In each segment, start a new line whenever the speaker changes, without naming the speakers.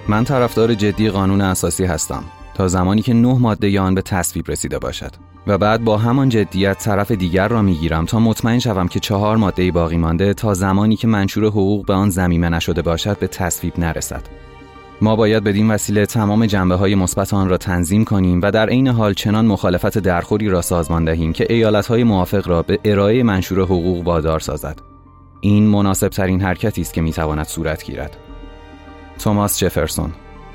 من طرفدار جدی قانون اساسی هستم تا زمانی که 9 ماده آن به تصویب رسیده باشد و بعد با همان جدیت طرف دیگر را میگیرم تا مطمئن شوم که 4 ماده باقی مانده تا زمانی که منشور حقوق به آن ضمیمه نشده باشد به تصویب نرسد. ما باید بدین وسیله تمام جنبه‌های مثبت آن را تنظیم کنیم و در عین حال چنان مخالفت درخوری را سازمان دهیم که ایالت‌های موافق را به ارائه منشور حقوق وادار سازد. این مناسب‌ترین حرکتی است که می‌تواند صورت گیرد. توماس جفرسون.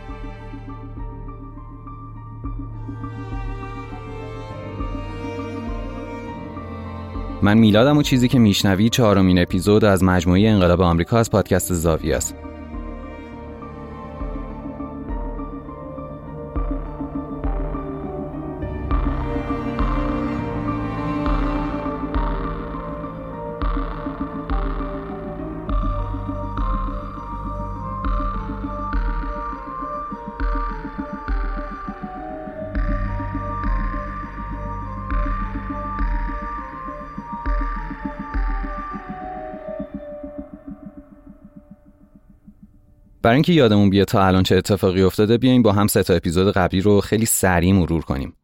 من میلادم و چیزی که میشنوی 4مین اپیزود از مجموعه انقلاب آمریکا از پادکست زاویه است. برای اینکه یادمون بیاد تا الان چه اتفاقی افتاده، بیایم با هم 3 تا اپیزود قبلی رو خیلی سریع مرور کنیم.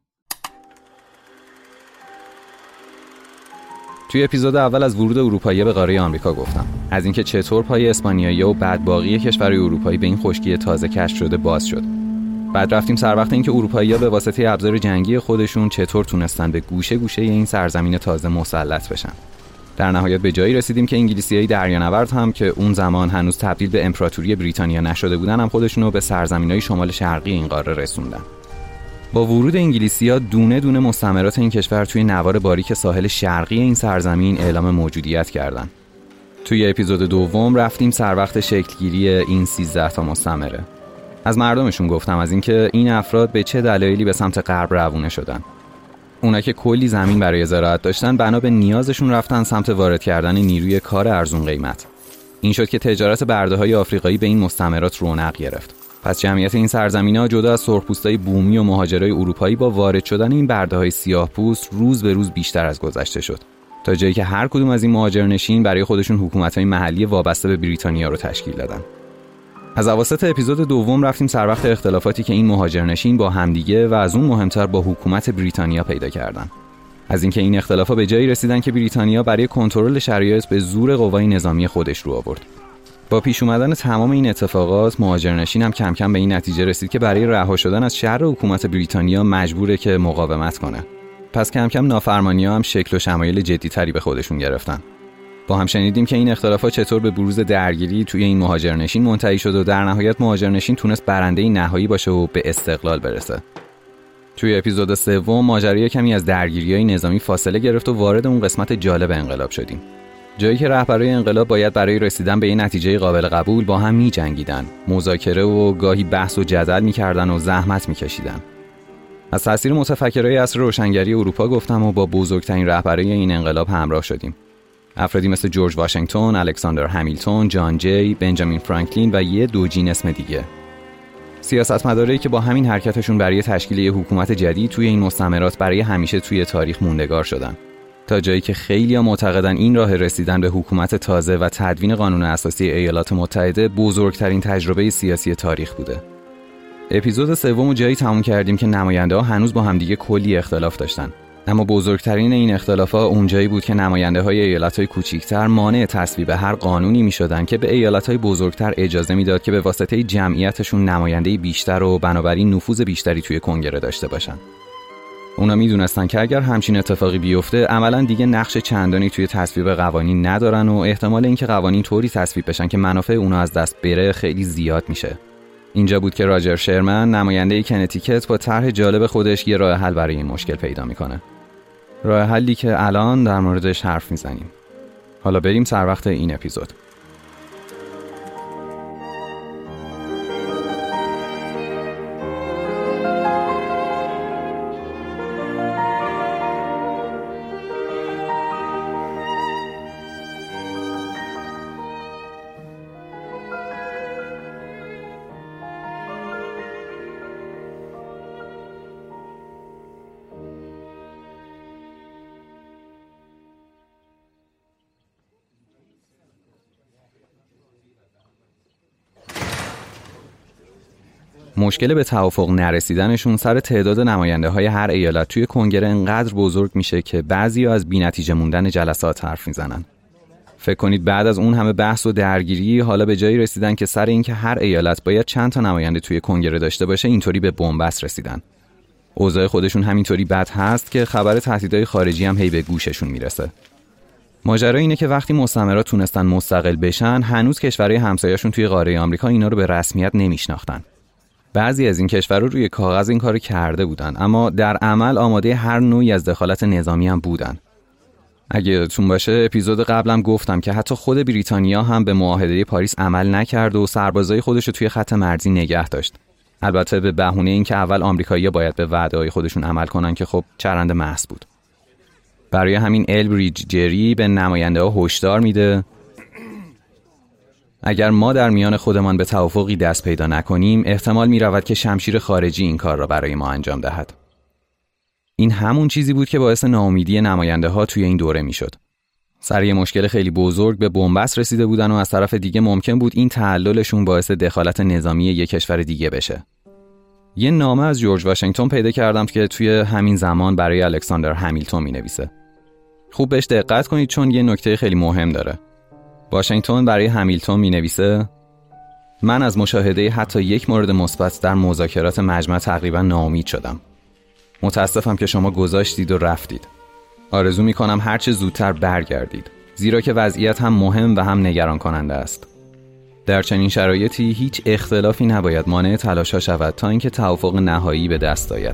توی اپیزود اول از ورود اروپایی‌ها به قاره آمریکا گفتم، از اینکه چطور پای اسپانیایی‌ها و بعد باقی کشورهای اروپایی به این خشکی تازه کشف شده باز شد. بعد رفتیم سر وقت اینکه اروپایی‌ها به واسطه ابزار جنگی خودشون چطور تونستن به گوشه گوشه این سرزمین تازه مسلط بشن. در نهایت به جایی رسیدیم که انگلیسی‌های دریانورد هم که اون زمان هنوز تبدیل به امپراتوری بریتانیا نشده بودن هم خودشونو به سرزمین‌های شمال شرقی این قاره رسوندن. با ورود انگلیسی‌ها دونه دونه مستعمرات این کشور توی نوار باریک ساحل شرقی این سرزمین اعلام موجودیت کردن. توی اپیزود دوم رفتیم سر وقت شکلگیری این 13 تا مستعمره. از مردمشون گفتم، از اینکه این افراد به چه دلایلی به سمت غرب روونه شدن. اونا که کلی زمین برای زراعت داشتن، بنا به نیازشون رفتن سمت وارد کردن نیروی کار ارزون قیمت. این شد که تجارت برده‌های آفریقایی به این مستعمرات رونق گرفت. پس جمعیت این سرزمین‌ها جدا از سرخپوستای بومی و مهاجرای اروپایی با وارد شدن این برده‌های سیاه‌پوست روز به روز بیشتر از گذشته شد، تا جایی که هر کدوم از این مهاجرنشین برای خودشون حکومت‌های محلی وابسته به بریتانیا رو تشکیل دادن. از اواسط اپیزود دوم رفتیم سر وقت اختلافاتی که این مهاجرنشین با همدیگه و از اون مهمتر با حکومت بریتانیا پیدا کردن. از اینکه این اختلافا به جایی رسیدن که بریتانیا برای کنترل شرایط به زور قوای نظامی خودش رو آورد. با پیش اومدن تمام این اتفاقات، مهاجرنشین هم کم کم به این نتیجه رسید که برای رها شدن از شر حکومت بریتانیا مجبوره که مقاومت کنه. پس کم کم نافرمانی‌ها هم شکل و شمایل جدی‌تری به خودشون گرفتن. با هم شنیدیم که این اختلافات چطور به بروز درگیری توی این مهاجرنشین منتهی شد و در نهایت مهاجرنشین تونست برنده نهایی باشه و به استقلال برسه. توی اپیزود سوم ماجرای کمی از درگیری‌های نظامی فاصله گرفت و وارد اون قسمت جالب انقلاب شدیم. جایی که رهبرای انقلاب باید برای رسیدن به این نتیجه قابل قبول با هم می‌جنگیدن، مذاکره و گاهی بحث و جدل می‌کردن و زحمت می‌کشیدن. از تاثیر متفکرای عصر روشنگری اروپا گفتم و با بزرگترین رهبرای این انقلاب همراه شدیم. افرادی مثل جورج واشنگتن، الکساندر همیلتون، جان جی، بنجامین فرانکلین و یه دوجین اسم دیگه. سیاستمدارایی که با همین حرکتشون برای تشکیل یه حکومت جدید توی این مستعمرات برای همیشه توی تاریخ موندگار شدن. تا جایی که خیلی‌ها معتقدن این راه رسیدن به حکومت تازه و تدوین قانون اساسی ایالات متحده بزرگترین تجربه سیاسی تاریخ بوده. اپیزود سوم جایی تموم کردیم که نماینده‌ها هنوز با همدیگه کلی اختلاف داشتن. اما بزرگترین این اختلافات اونجایی بود که نماینده‌های ایالت‌های کوچکتر مانع تصویب هر قانونی می‌شدن که به ایالت‌های بزرگتر اجازه میداد که به واسطه جمعیتشون نماینده بیشتر و بنابراین نفوذ بیشتری توی کنگره داشته باشن. اونا میدونستن که اگر همچین اتفاقی بیفته عملاً دیگه نقش چندانی توی تصویب قوانین ندارن و احتمال اینکه قوانین طوری تصویب بشن که منافع اونا از دست بره خیلی زیاد میشه. اینجا بود که راجر شرمن، نماینده کنتیکت، با طرح جالب خودش یه راه حل برای این مشکل پیدا میکنه. راه حلی که الان در موردش حرف میزنیم. حالا بریم سر وقت این اپیزود. مشکل به توافق نرسیدنشون سر تعداد نماینده‌های هر ایالت توی کنگره انقدر بزرگ میشه که بعضیا از بی‌نتیجه موندن جلسات حرف میزنن. فکر کنید بعد از اون همه بحث و درگیری حالا به جایی رسیدن که سر اینکه هر ایالت باید چند تا نماینده توی کنگره داشته باشه اینطوری به بن‌بست رسیدن. اوضاع خودشون همینطوری بد هست که خبر تهدیدهای خارجی هم هی به گوششون میرسه. ماجرا اینه که وقتی مستعمرات تونستن مستقل بشن، هنوز کشورهای همسایه‌شون توی قاره آمریکا اینا رو به رسمیت نمیشناختن. بعضی از این کشورها روی کاغذ این کارو کرده بودن، اما در عمل آماده هر نوعی از دخالت نظامی هم بودن. اگه یادتون باشه اپیزود قبلم گفتم که حتی خود بریتانیا هم به معاهده پاریس عمل نکرد و سربازای خودش رو توی خط مرزی نگه داشت. البته به بهونه اینکه اول آمریکایی‌ها باید به وعده‌های خودشون عمل کنن که خب چرند محض بود. برای همین البریج جری به نماینده‌ها هشدار میده اگر ما در میان خودمان به توافقی دست پیدا نکنیم احتمال می‌رود که شمشیر خارجی این کار را برای ما انجام دهد. این همون چیزی بود که باعث ناامیدی نماینده‌ها توی این دوره میشد. سر یه مشکل خیلی بزرگ به بن‌بست رسیده بودن و از طرف دیگه ممکن بود این تعللشون باعث دخالت نظامی یک کشور دیگه بشه. یه نامه از جورج واشنگتن پیدا کردم که توی همین زمان برای الکساندر همیلتون می‌نویسه. خوب بهش دقت کنید چون یه نکته خیلی مهم داره. واشنگتن برای همیلتون می‌نویسه: من از مشاهده حتی یک مورد مثبت در مذاکرات مجمع تقریبا ناامید شدم. متاسفم که شما گذاشتید و رفتید. آرزو می‌کنم هر چه زودتر برگردید، زیرا که وضعیت هم مهم و هم نگران کننده است. در چنین شرایطی هیچ اختلافی نباید مانع تلاش‌ها شود تا اینکه توافق نهایی به دست آید.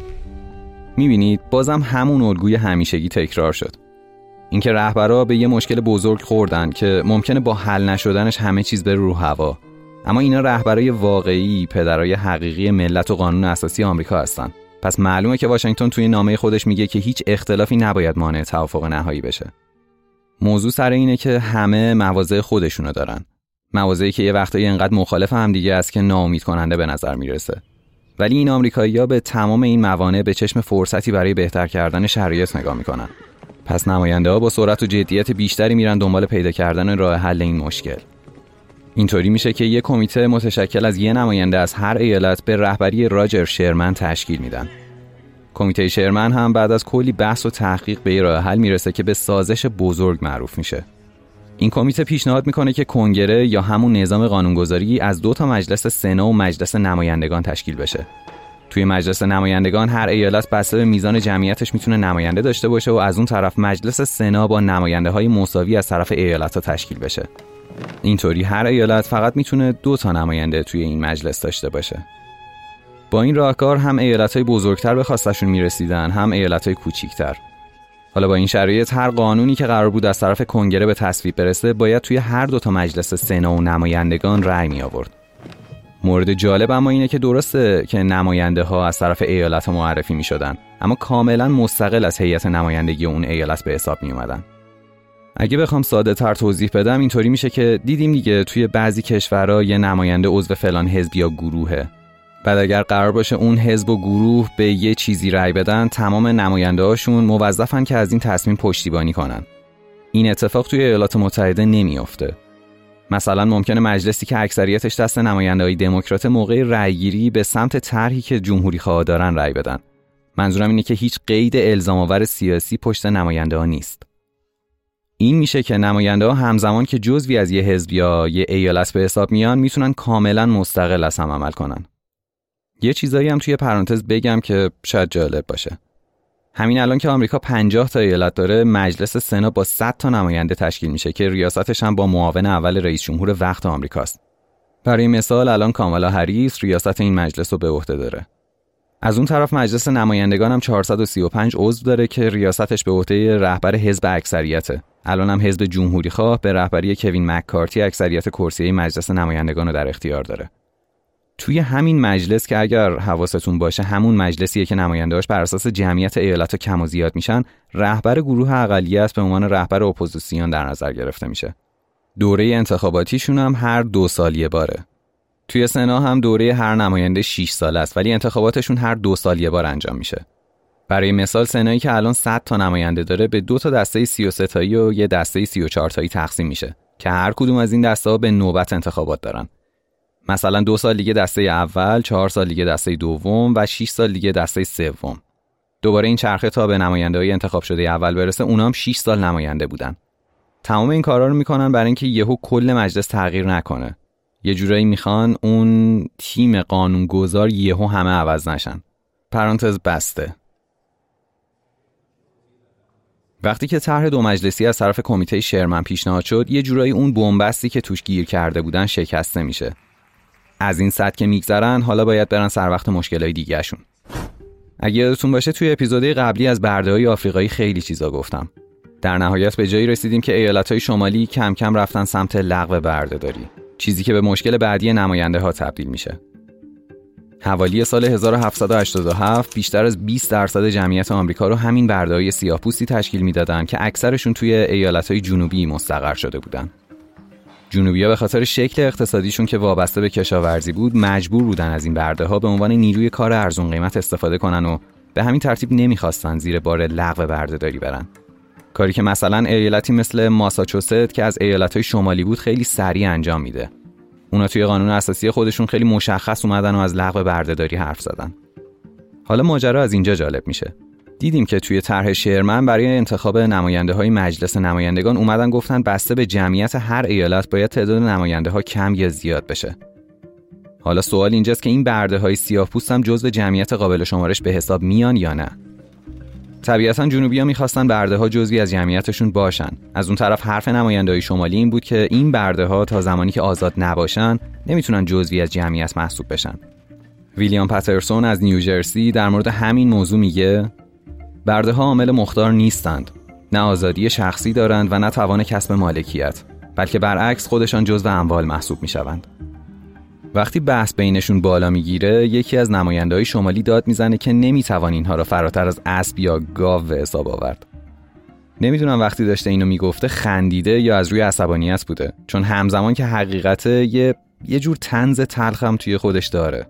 می‌بینید بازم همون الگوی همیشگی تکرار شد. اینکه رهبرها به یه مشکل بزرگ خوردن که ممکنه با حل نشدنش همه چیز بره رو هوا، اما اینا رهبرای واقعی، پدرای حقیقی ملت و قانون اساسی آمریکا هستن. پس معلومه که واشنگتن توی نامه خودش میگه که هیچ اختلافی نباید مانع توافق نهایی بشه. موضوع سر اینه که همه مواضع خودشونو دارن. مواضعی که یه وقتایی انقدر مخالف هم دیگه است که ناامید کننده به نظر میرسه. ولی این آمریکایی‌ها به تمام این موانع به چشم فرصتی برای بهتر کردن شرایط نگاه میکنن. پس نماینده‌ها با سرعت و جدیت بیشتری میرن دنبال پیدا کردن راه حل این مشکل. اینطوری میشه که یک کمیته متشکل از یک نماینده از هر ایالت به رهبری راجر شرمن تشکیل میدن. کمیته شرمن هم بعد از کلی بحث و تحقیق به یه راه حل میرسه که به سازش بزرگ معروف میشه. این کمیته پیشنهاد میکنه که کنگره یا همون نظام قانونگذاری از 2 تا مجلس سنا و مجلس نمایندگان تشکیل بشه. توی مجلس نمایندگان هر ایالت بسته به میزان جمعیتش میتونه نماینده داشته باشه و از اون طرف مجلس سنا با نماینده‌های مساوی از طرف ایالت‌ها تشکیل بشه. اینطوری هر ایالت فقط میتونه 2 تا نماینده توی این مجلس داشته باشه. با این راهکار هم ایالت‌های بزرگتر به خواستشون میرسیدن، هم ایالت‌های کوچیک‌تر. حالا با این شرایط هر قانونی که قرار بود از طرف کنگره به تصویب برسه باید توی هر 2 تا مجلس سنا و نمایندگان رأی می آورد. مورد جالب اما اینه که درسته که نماینده ها از طرف ایالت معرفی می شدن، اما کاملا مستقل از هیئت نمایندگی اون ایالت به حساب می اومدن. اگه بخوام ساده تر توضیح بدم اینطوری میشه که دیدیم دیگه توی بعضی کشورها یه نماینده عضو فلان حزب یا گروهه. بعد اگر قرار باشه اون حزب و گروه به یه چیزی رأی بدن، تمام نماینده‌هاشون موظفن که از این تصمیم پشتیبانی کنن. این اتفاق توی ایالات متحده نمیافته. مثلا ممکنه مجلسی که اکثریتش دست نماینده‌های دموکرات موقع رأیگیری به سمت طرحی که جمهوری‌خواها دارن رأی بدن. منظورم اینه که هیچ قید الزام‌آور سیاسی پشت نماینده‌ها نیست. این میشه که نماینده‌ها همزمان که جزوی از یه حزب یا یه ایالت به حساب میان میتونن کاملا مستقل از هم عمل کنن. یه چیزایی هم توی پرانتز بگم که شاید جالب باشه. همین الان که آمریکا 50 تا ایالت داره، مجلس سنا با 100 تا نماینده تشکیل میشه که ریاستش هم با معاون اول رئیس جمهور وقت آمریکاست. برای مثال الان کامالا هریس ریاست این مجلس رو به عهده داره. از اون طرف مجلس نمایندگان هم 435 عضو داره که ریاستش به عهده رهبر حزب اکثریته. الان هم حزب جمهوری‌خواه به رهبری کوین مک‌کارتی اکثریت کرسی‌های مجلس نمایندگان رو در اختیار داره. توی همین مجلس که اگر حواستون باشه همون مجلسیه که نماینده‌هاش بر اساس جمعیت ایالت‌ها کم و زیاد میشن، رهبر گروه اقلیت به عنوان رهبر اپوزیسیون در نظر گرفته میشه. دوره انتخاباتیشون هم هر 2 سال یه باره. توی سنا هم دوره هر نماینده 6 ساله است، ولی انتخاباتشون هر 2 سال یه بار انجام میشه. برای مثال سنایی که الان 100 تا نماینده داره به 2 تا دسته 33 تایی و یه دسته 34 تایی تقسیم میشه که هر کدوم از این دسته‌ها به نوبت انتخابات دارن. مثلا 2 سال دیگه دسته اول، 4 سال دیگه دسته دوم و 6 سال دیگه دسته سوم. دوباره این چرخه تا به نماینده‌های انتخاب شده اول برسه، اونا هم 6 سال نماینده بودن. تمام این کارا رو میکنن برای اینکه یهو کل مجلس تغییر نکنه. یه جورایی میخوان اون تیم قانونگذار یهو همه عوض نشن. پرانتز بسته. وقتی که طرح 2 مجلسی از طرف کمیته شرمن پیشنهاد شد، یه جورایی اون بنبستی که توش گیر کرده بودن شکسته میشه. از این سطح که میگذرن، حالا باید برن سر وقت مشکلای دیگه‌شون. اگه یادتون باشه توی اپیزودهای قبلی از برده‌های آفریقایی خیلی چیزا گفتم. در نهایت به جایی رسیدیم که ایالت‌های شمالی کم کم رفتن سمت لغو بردهداری، چیزی که به مشکل بعدی نماینده‌ها تبدیل میشه. حوالی سال 1787 بیشتر از 20% جمعیت آمریکا رو همین برده‌های سیاه‌پوستی تشکیل میدادن که اکثرشون توی ایالت‌های جنوبی مستقر شده بودن. جنوبی‌ها به خاطر شکل اقتصادیشون که وابسته به کشاورزی بود، مجبور بودن از این برده‌ها به عنوان نیروی کار ارزون قیمت استفاده کنن و به همین ترتیب نمی‌خواستن زیر بار لغو بردهداری برن. کاری که مثلا ایالتی مثل ماساچوست که از ایالت‌های شمالی بود خیلی سریع انجام میده. اونا توی قانون اساسی خودشون خیلی مشخص اومدن و از لغو بردهداری حرف زدن. حالا ماجرا از اینجا جالب میشه. دیدیم که توی طرح شرمن برای انتخاب نماینده‌های مجلس نمایندگان اومدن گفتن بسته به جمعیت هر ایالت باید تعداد نماینده‌ها کم یا زیاد بشه. حالا سوال اینجاست که این برده‌های سیاه‌پوست هم جزو جمعیت قابل شمارش به حساب میان یا نه؟ طبیعتاً جنوبی‌ها می‌خواستن برده‌ها جزئی از جمعیتشون باشن. از اون طرف حرف نماینده‌های شمالی این بود که این برده‌ها تا زمانی که آزاد نباشن نمیتونن جزئی از جمعیت محسوب بشن. ویلیام پاترسون از نیوجرسی در مورد همین موضوع میگه برده‌ها عامل مختار نیستند، نه آزادی شخصی دارند و نه توان کسب مالکیت، بلکه برعکس خودشان جزو اموال محسوب میشوند. وقتی بحث بینشون بالا میگیره، یکی از نماینده‌های شمالی داد میزنه که نمیتوان اینها را فراتر از اسب یا گاو به حساب آورد. نمیدونم وقتی داشته اینو میگفته خندیده یا از روی عصبانیت بوده، چون همزمان که حقیقت یه جور طنز تلخ هم توی خودش داره.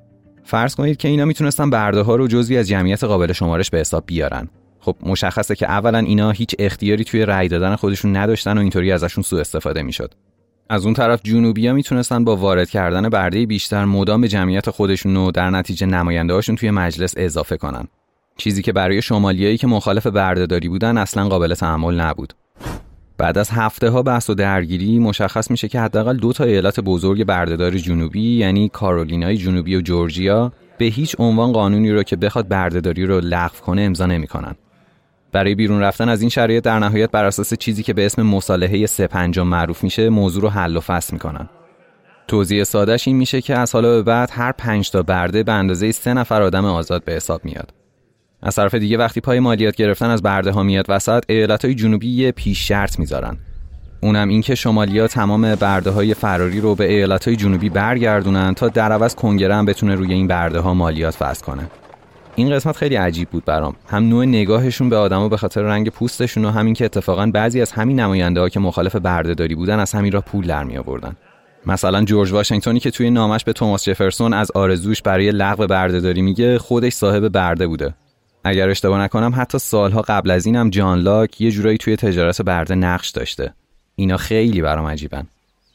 فرض کنید که اینا میتونستن برده‌ها رو جزئی از جمعیت قابل شمارش به حساب بیارن. خب مشخصه که اولا اینا هیچ اختیاری توی رأی دادن خودشون نداشتن و اینطوری ازشون سوء استفاده میشد. از اون طرف جنوبی‌ها میتونستن با وارد کردن برده بیشتر مدام به جمعیت خودشون و در نتیجه نماینده‌هاشون توی مجلس اضافه کنن. چیزی که برای شمالیایی که مخالف بردهداری بودن اصلا قابل تحمل نبود. بعد از هفته‌ها بحث و درگیری مشخص میشه که حداقل 2 تا ایالت بزرگ بردهدار جنوبی یعنی کارولینای جنوبی و جورجیا به هیچ عنوان قانونی رو که بخواد بردهداری رو لغو کنه امضا نمی‌کنن. برای بیرون رفتن از این شرایط در نهایت بر اساس چیزی که به اسم مصالحه 3-5 معروف میشه موضوع رو حل و فصل میکنن. توضیح سادهش این میشه که از حالا به بعد هر 5 تا برده به اندازه 3 نفر آدم آزاد به حساب میاد. از طرف دیگه وقتی پای مالیات گرفتن از برده ها میاد وسط، ایالت‌های جنوبی یه پیش شرط میذارن. اونم این که شمالیا تمام برده های فراری رو به ایالت‌های جنوبی برگردونن تا در عوض کنگره هم بتونه روی این برده ها مالیات وضع کنه. این قسمت خیلی عجیب بود برام، هم نوع نگاهشون به آدما به خاطر رنگ پوستشون و همین که اتفاقا بعضی از همین نماینده‌ها که مخالف بردهداری بودن از همین راه پول در می آوردن. مثلا جورج واشنگتنی که توی نامش به توماس جفرسون از آرزوش برای لغو بردهداری میگه خودش صاحب برده بوده. اگر اشتباه نکنم حتی سالها قبل از اینم جان لاک یه جورایی توی تجارت برده نقش داشته. اینا خیلی برام عجیبن.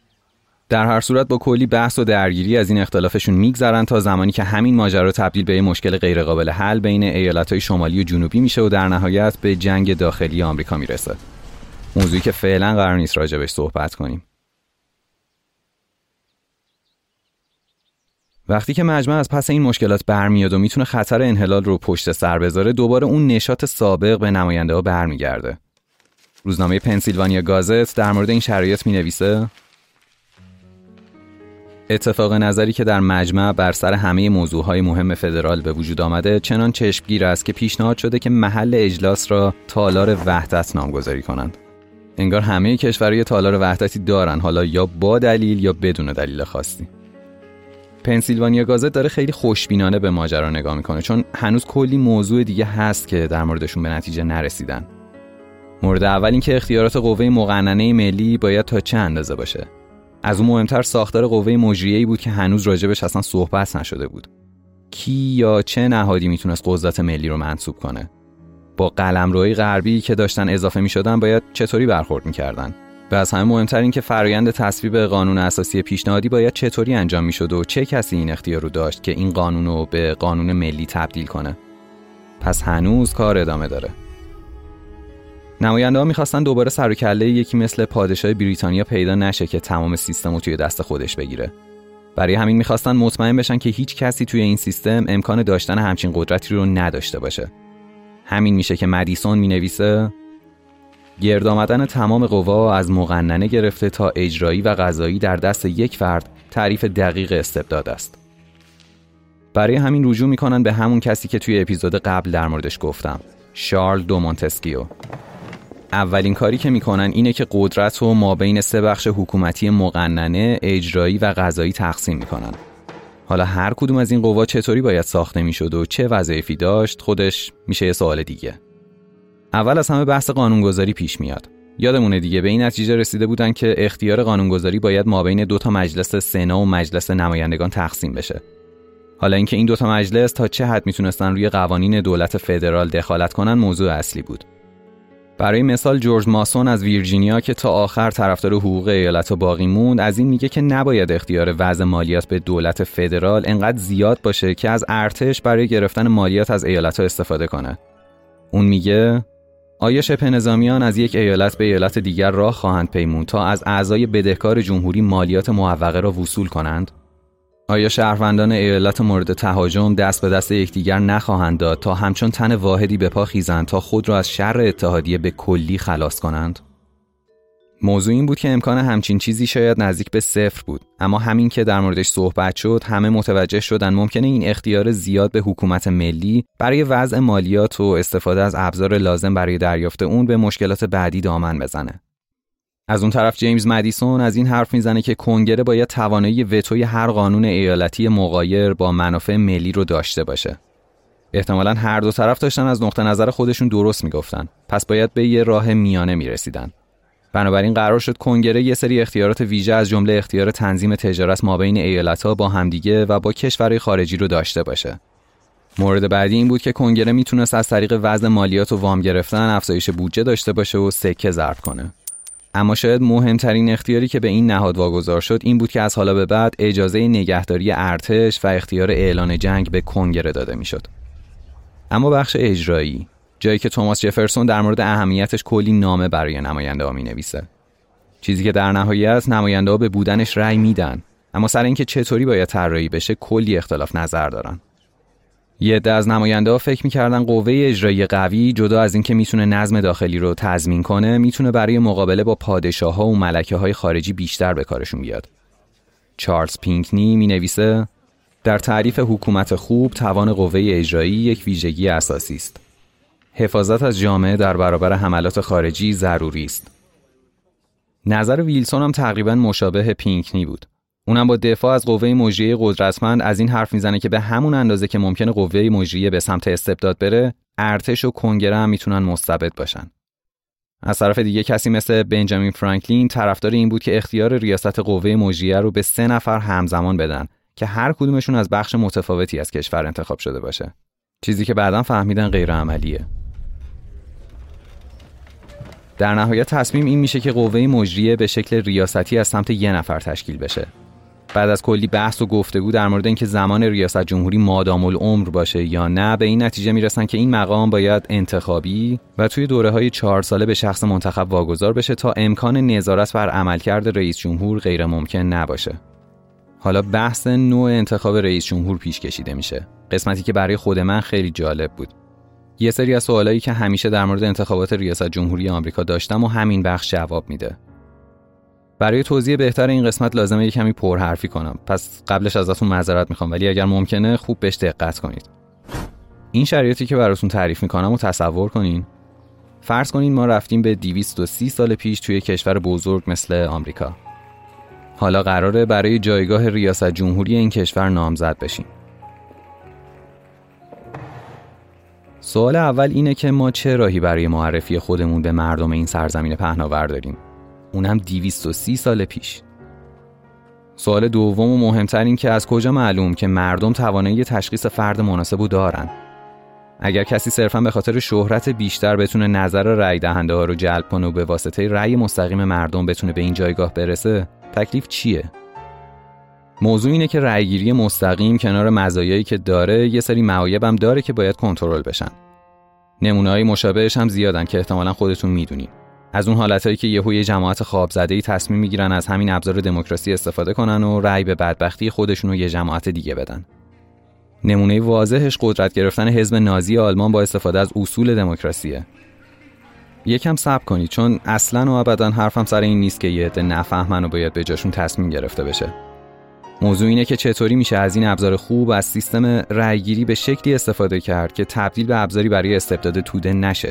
در هر صورت با کلی بحث و درگیری از این اختلافشون میگذرن تا زمانی که همین ماجرا تبدیل به مشکل غیرقابل حل بین ایالت‌های شمالی و جنوبی میشه و در نهایت به جنگ داخلی آمریکا میرسه. موضوعی که فعلا قرار نیست راجبش صحبت کنیم. وقتی که مجمع از پس این مشکلات برمیاد و میتونه خطر انحلال رو پشت سر بذاره، دوباره اون نشاط سابق به نماینده‌ها برمیگرده. روزنامه پنسیلوانیا گازت در مورد این شرایط مینویسه: اتفاق نظری که در مجمع بر سر همه موضوعهای مهم فدرال به وجود آمده چنان چشمگیر است که پیشنهاد شده که محل اجلاس را تالار وحدت نامگذاری کنند. انگار همه کشورهای تالار وحدتی دارن، حالا یا با دلیل یا بدون دلیل خاصی. پنسیلوانیا گازت داره خیلی خوشبینانه به ماجرا نگاه میکنه، چون هنوز کلی موضوع دیگه هست که در موردشون به نتیجه نرسیدن. مورد اول این که اختیارات قوه مقننه ملی باید تا چه اندازه باشه. از اون مهمتر ساختار قوه مجریه‌ای بود که هنوز راجبش اصلا صحبت نشده بود. کی یا چه نهادی میتونست قدرت ملی رو منصوب کنه؟ با قلمروهای غربی که داشتن اضافه میشدن باید چطوری برخورد میکردن؟ و از همه مهمتر این که فرآیند تصویب قانون اساسی پیشنهادی باید چطوری انجام میشد و چه کسی این اختیار رو داشت که این قانون رو به قانون ملی تبدیل کنه. پس هنوز کار ادامه داره. نماینده‌ها می‌خواستن دوباره سر و کله یکی مثل پادشاه بریتانیا پیدا نشه که تمام سیستم رو توی دست خودش بگیره. برای همین می‌خواستن مطمئن بشن که هیچ کسی توی این سیستم امکان داشتن همچین قدرتی رو نداشته باشه. همین میشه که مدیسون مینویسه گرد آمدن تمام قوا از مقننه گرفته تا اجرایی و قضایی در دست یک فرد تعریف دقیق استبداد است. برای همین رجوع میکنن به همون کسی که توی اپیزود قبل در موردش گفتم، شارل دو مونتسکیو. اولین کاری که میکنن اینه که قدرت رو مابین 3 بخش حکومتی مقننه، اجرایی و قضایی تقسیم میکنن. حالا هر کدوم از این قوا چطوری باید ساخته میشد و چه وظایفی داشت خودش میشه یه سوال دیگه. اول از همه بحث قانونگذاری پیش میاد. یادمونه دیگه به این نتیجه رسیده بودن که اختیار قانونگذاری باید مابین 2 تا مجلس سنا و مجلس نمایندگان تقسیم بشه. حالا اینکه این 2 تا مجلس تا چه حد میتونستن روی قوانین دولت فدرال دخالت کنن موضوع اصلی بود. برای مثال جورج ماسون از ویرجینیا که تا آخر طرفدار حقوق ایالت باقی موند، از این میگه که نباید اختیار وضع مالیات به دولت فدرال انقدر زیاد باشه که از ارتش برای گرفتن مالیات از ایالت‌ها استفاده کنه. اون میگه آیا شبه نظامیان از یک ایالت به ایالت دیگر راه خواهند پیمود تا از اعضای بدهکار جمهوری مالیات معوقه را وصول کنند؟ آیا شهروندان ایالت مورد تهاجم دست به دست یکدیگر نخواهند داد تا همچون تن واحدی به پا خیزند تا خود را از شر اتحادیه به کلی خلاص کنند؟ موضوع این بود که امکان همچین چیزی شاید نزدیک به 0 بود، اما همین که در موردش صحبت شد همه متوجه شدن ممکنه این اختیار زیاد به حکومت ملی برای وضع مالیات و استفاده از ابزار لازم برای دریافت اون به مشکلات بعدی دامن بزنه. از اون طرف جیمز مدیسون از این حرف میزنه که کنگره باید توانایی وتوی هر قانون ایالتی مغایر با منافع ملی رو داشته باشه. احتمالاً هر دو طرف داشتن از نقطه نظر خودشون درست میگفتن، پس باید به یه راه میانه میرسیدن. بنابراین قرار شد کنگره یه سری اختیارات ویژه از جمله اختیار تنظیم تجارت مابین ایالت‌ها با همدیگه و با کشورهای خارجی رو داشته باشه. مورد بعدی این بود که کنگره میتونست از طریق وضع مالیات و وام گرفتن افزایش بودجه داشته باشه و سکه ضرب کنه. اما شاید مهمترین اختیاری که به این نهاد واگذار شد این بود که از حالا به بعد اجازه نگهداری ارتش و اختیار اعلان جنگ به کنگره داده میشد. اما بخش اجرایی، جایی که توماس جفرسون در مورد اهمیتش کلی نامه برای نماینده‌ها می‌نویسه. چیزی که در نهایت نماینده‌ها به بودنش رأی میدن، اما سر اینکه چطوری باید طراحی بشه کلی اختلاف نظر دارن. یه عده از نماینده‌ها فکر می‌کردن قوه اجرایی قوی جدا از اینکه میتونه نظم داخلی رو تضمین کنه، میتونه برای مقابله با پادشاه‌ها و ملکه‌های خارجی بیشتر به کارشون بیاد. چارلز پینکنی می‌نویسه در تعریف حکومت خوب توان قوه اجرایی یک ویژگی اساسی است. حفاظت از جامعه در برابر حملات خارجی ضروری است. نظر ویلسون هم تقریباً مشابه پینکنی بود. اونم با دفاع از قوه مجریه قدرتمند از این حرف میزنه که به همون اندازه که ممکنه قوه مجریه به سمت استبداد بره، ارتش و کنگره هم میتونن مستبد باشن. از طرف دیگه کسی مثل بنجامین فرانکلین طرفدار این بود که اختیار ریاست قوه مجریه رو به 3 نفر همزمان بدن که هر کدومشون از بخش متفاوتی از کشور انتخاب شده باشه. چیزی که بعداً فهمیدن غیر عملیه. در نهایت تصمیم این میشه که قوه مجریه به شکل ریاستی از سمت 1 نفر تشکیل بشه. بعد از کلی بحث و گفتگو در مورد اینکه زمان ریاست جمهوری مادام العمر باشه یا نه، به این نتیجه میرسن که این مقام باید انتخابی و توی دوره‌های 4 ساله به شخص منتخب واگذار بشه تا امکان نظارت بر عملکرد رئیس جمهور غیر ممکن نباشه. حالا بحث نوع انتخاب رئیس جمهور پیش کشیده میشه، قسمتی که برای خود من خیلی جالب بود. یه سری از سوالایی که همیشه در مورد انتخابات ریاست جمهوری آمریکا داشتم و همین بخش جواب میده. برای توضیح بهتر این قسمت لازمه یه کمی پرحرفی کنم، پس قبلش ازتون معذرت میخوام، ولی اگر ممکنه خوب بهش دقت کنید. این شرایطی که براتون تعریف میکنم رو تصور کنین. فرض کنین ما رفتیم به 230 سال پیش توی کشور بزرگ مثل آمریکا. حالا قراره برای جایگاه ریاست جمهوری این کشور نامزد بشیم. سوال اول اینه که ما چه راهی برای معرفی خودمون به مردم این سرزمین پهناور داریم؟ اونم 230 سال پیش. سوال دوم و مهمتر این که از کجا معلوم که مردم توانایی تشخیص فرد مناسبو دارن؟ اگر کسی صرفاً به خاطر شهرت بیشتر بتونه نظر رأی دهنده ها رو جلب کنه و به واسطه رأی مستقیم مردم بتونه به این جایگاه برسه، تکلیف چیه؟ موضوع اینه که رأیگیری مستقیم کنار مزایایی که داره، یه سری معایب هم داره که باید کنترل بشن. نمونه‌های مشابهش هم زیادن که احتمالاً خودتون میدونین. از اون حالتایی که یه جماعت خوابزده‌ای تصمیم میگیرن از همین ابزار دموکراسی استفاده کنن و رأی به بدبختی خودشون رو یه جماعت دیگه بدن. نمونه واضحش قدرت گرفتن حزب نازی آلمان با استفاده از اصول دموکراسیه. یکم صبر کنید، چون اصلاً و ابداً حرفم سر این نیست که یه عده نفهمن و باید به جاشون تصمیم گرفته بشه. موضوع اینه که چطوری میشه از این ابزار خوب از سیستم رأیگیری به شکلی استفاده کرد که تبدیل به ابزاری برای استبداد توده نشه.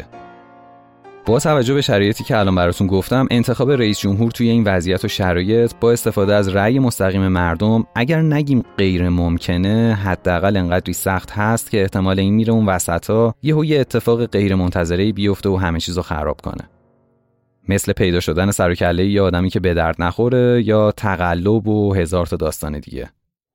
با توجه به شرایطی که الان براتون گفتم، انتخاب رئیس جمهور توی این وضعیت و شرایط با استفاده از رأی مستقیم مردم، اگر نگیم غیر ممکنه، حداقل انقدری سخت هست که احتمال این میره اون وسطا یه اتفاق غیر منتظره‌ای بیفته و همه چیزو خراب کنه. مثل پیدا شدن سر و کله یه آدمی که به درد نخوره یا تقلب و هزار تا داستان دیگه.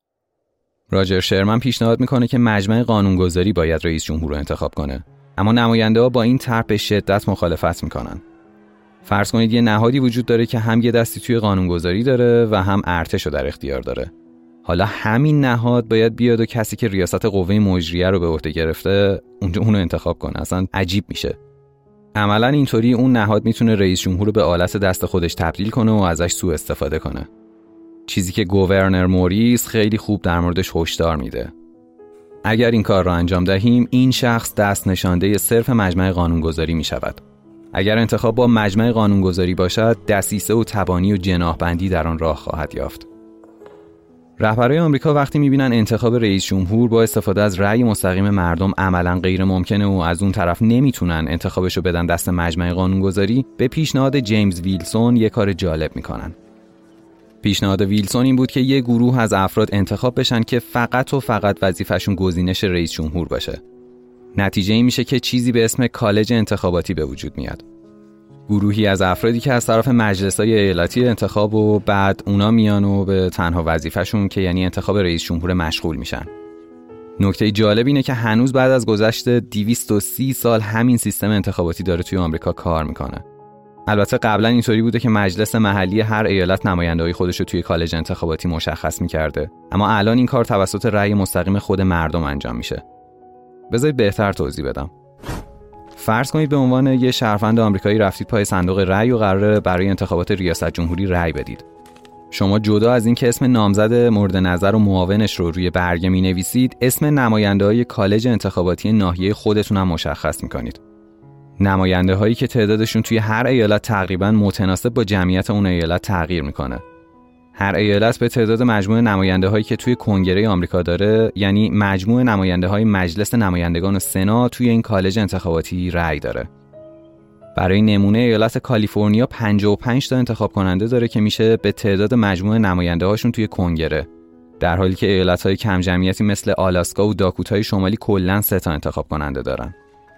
راجر شرمن پیشنهاد میکنه که مجمع قانونگذاری باید رئیس جمهور رو انتخاب کنه، اما نماینده‌ها با این طرح به شدت مخالفت میکنن. فرض کنید یه نهادی وجود داره که هم یه دستی توی قانونگذاری داره و هم ارتش رو در اختیار داره. حالا همین نهاد باید بیاد و کسی که ریاست قوه مجریه رو به عهده گرفته اونو انتخاب کنه. اصلا عجیب میشه. عملاً اینطوری اون نهاد میتونه رئیس جمهور رو به آلت دست خودش تبدیل کنه و ازش سوء استفاده کنه. چیزی که گورنر موریس خیلی خوب در موردش هشدار میده. اگر این کار را انجام دهیم، این شخص دست نشانده صرف مجمع قانونگذاری می شود. اگر انتخاب با مجمع قانونگذاری باشد، دسیسه و تبانی و جناحبندی در آن راه خواهد یافت. رهبرای آمریکا وقتی می‌بینن انتخاب رئیس جمهور با استفاده از رأی مستقیم مردم عملاً غیر ممکنه و از اون طرف نمیتونن انتخابشو بدن دست مجمع قانونگذاری، به پیشنهاد جیمز ویلسون یک کار جالب میکنن. پیشنهاد ویلسون این بود که یه گروه از افراد انتخاب بشن که فقط و فقط وظیفه‌شون گزینش رئیس جمهور باشه. نتیجه این میشه که چیزی به اسم کالج انتخاباتی به وجود میاد. گروهی از افرادی که از طرف مجلس‌های ایالتی انتخاب و بعد اونا میان و به تنها وظیفه‌شون که یعنی انتخاب رئیس جمهور مشغول میشن. نکته جالب اینه که هنوز بعد از گذشت 230 سال همین سیستم انتخاباتی داره توی آمریکا کار میکنه. البته قبلا اینطوری بوده که مجلس محلی هر ایالت نماینده‌های خودش رو توی کالج انتخاباتی مشخص می‌کرده، اما الان این کار توسط رأی مستقیم خود مردم انجام میشه. بذارید بهتر توضیح بدم. فرض کنید به عنوان یه شهروند آمریکایی رفتید پای صندوق رأی و قراره برای انتخابات ریاست جمهوری رأی بدید. شما جدا از این که اسم نامزد مورد نظر و معاونش رو روی برگه می‌نویسید، اسم نماینده‌های کالج انتخاباتی ناحیه خودتون هم مشخص می‌کنید. نماینده هایی که تعدادشون توی هر ایالت تقریباً متناسب با جمعیت اون ایالت تغییر میکنه. هر ایالت به تعداد مجموع نماینده هایی که توی کنگره آمریکا داره، یعنی مجموع نماینده های مجلس نمایندگان و سنا، توی این کالج انتخاباتی رأی داره. برای نمونه ایالت کالیفرنیا 55 تا انتخاب کننده داره که میشه به تعداد مجموع نماینده هاشون توی کنگره، در حالی که ایالت های کم جمعیتی مثل آلاسکا و داکوتای شمالی کلاً 3 تا انتخاب کننده دارن.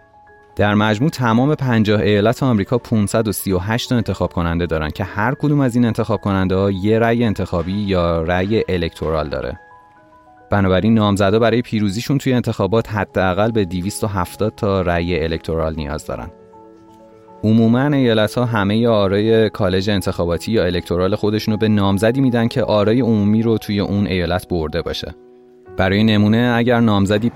در مجموع تمام 50 ایالت آمریکا 538 تا انتخاب کننده دارن که هر کدوم از این انتخاب کننده ها یه رأی انتخابی یا رأی الکتورال داره. بنابراین نامزدا برای پیروزیشون توی انتخابات حداقل به 270 تا رأی الکتورال نیاز دارن. عموماً ایالت‌ها همه آرای کالج انتخاباتی یا الکتورال خودشونو به نامزدی میدن که آرای عمومی رو توی اون ایالت برده باشه. برای نمونه اگر نامزدی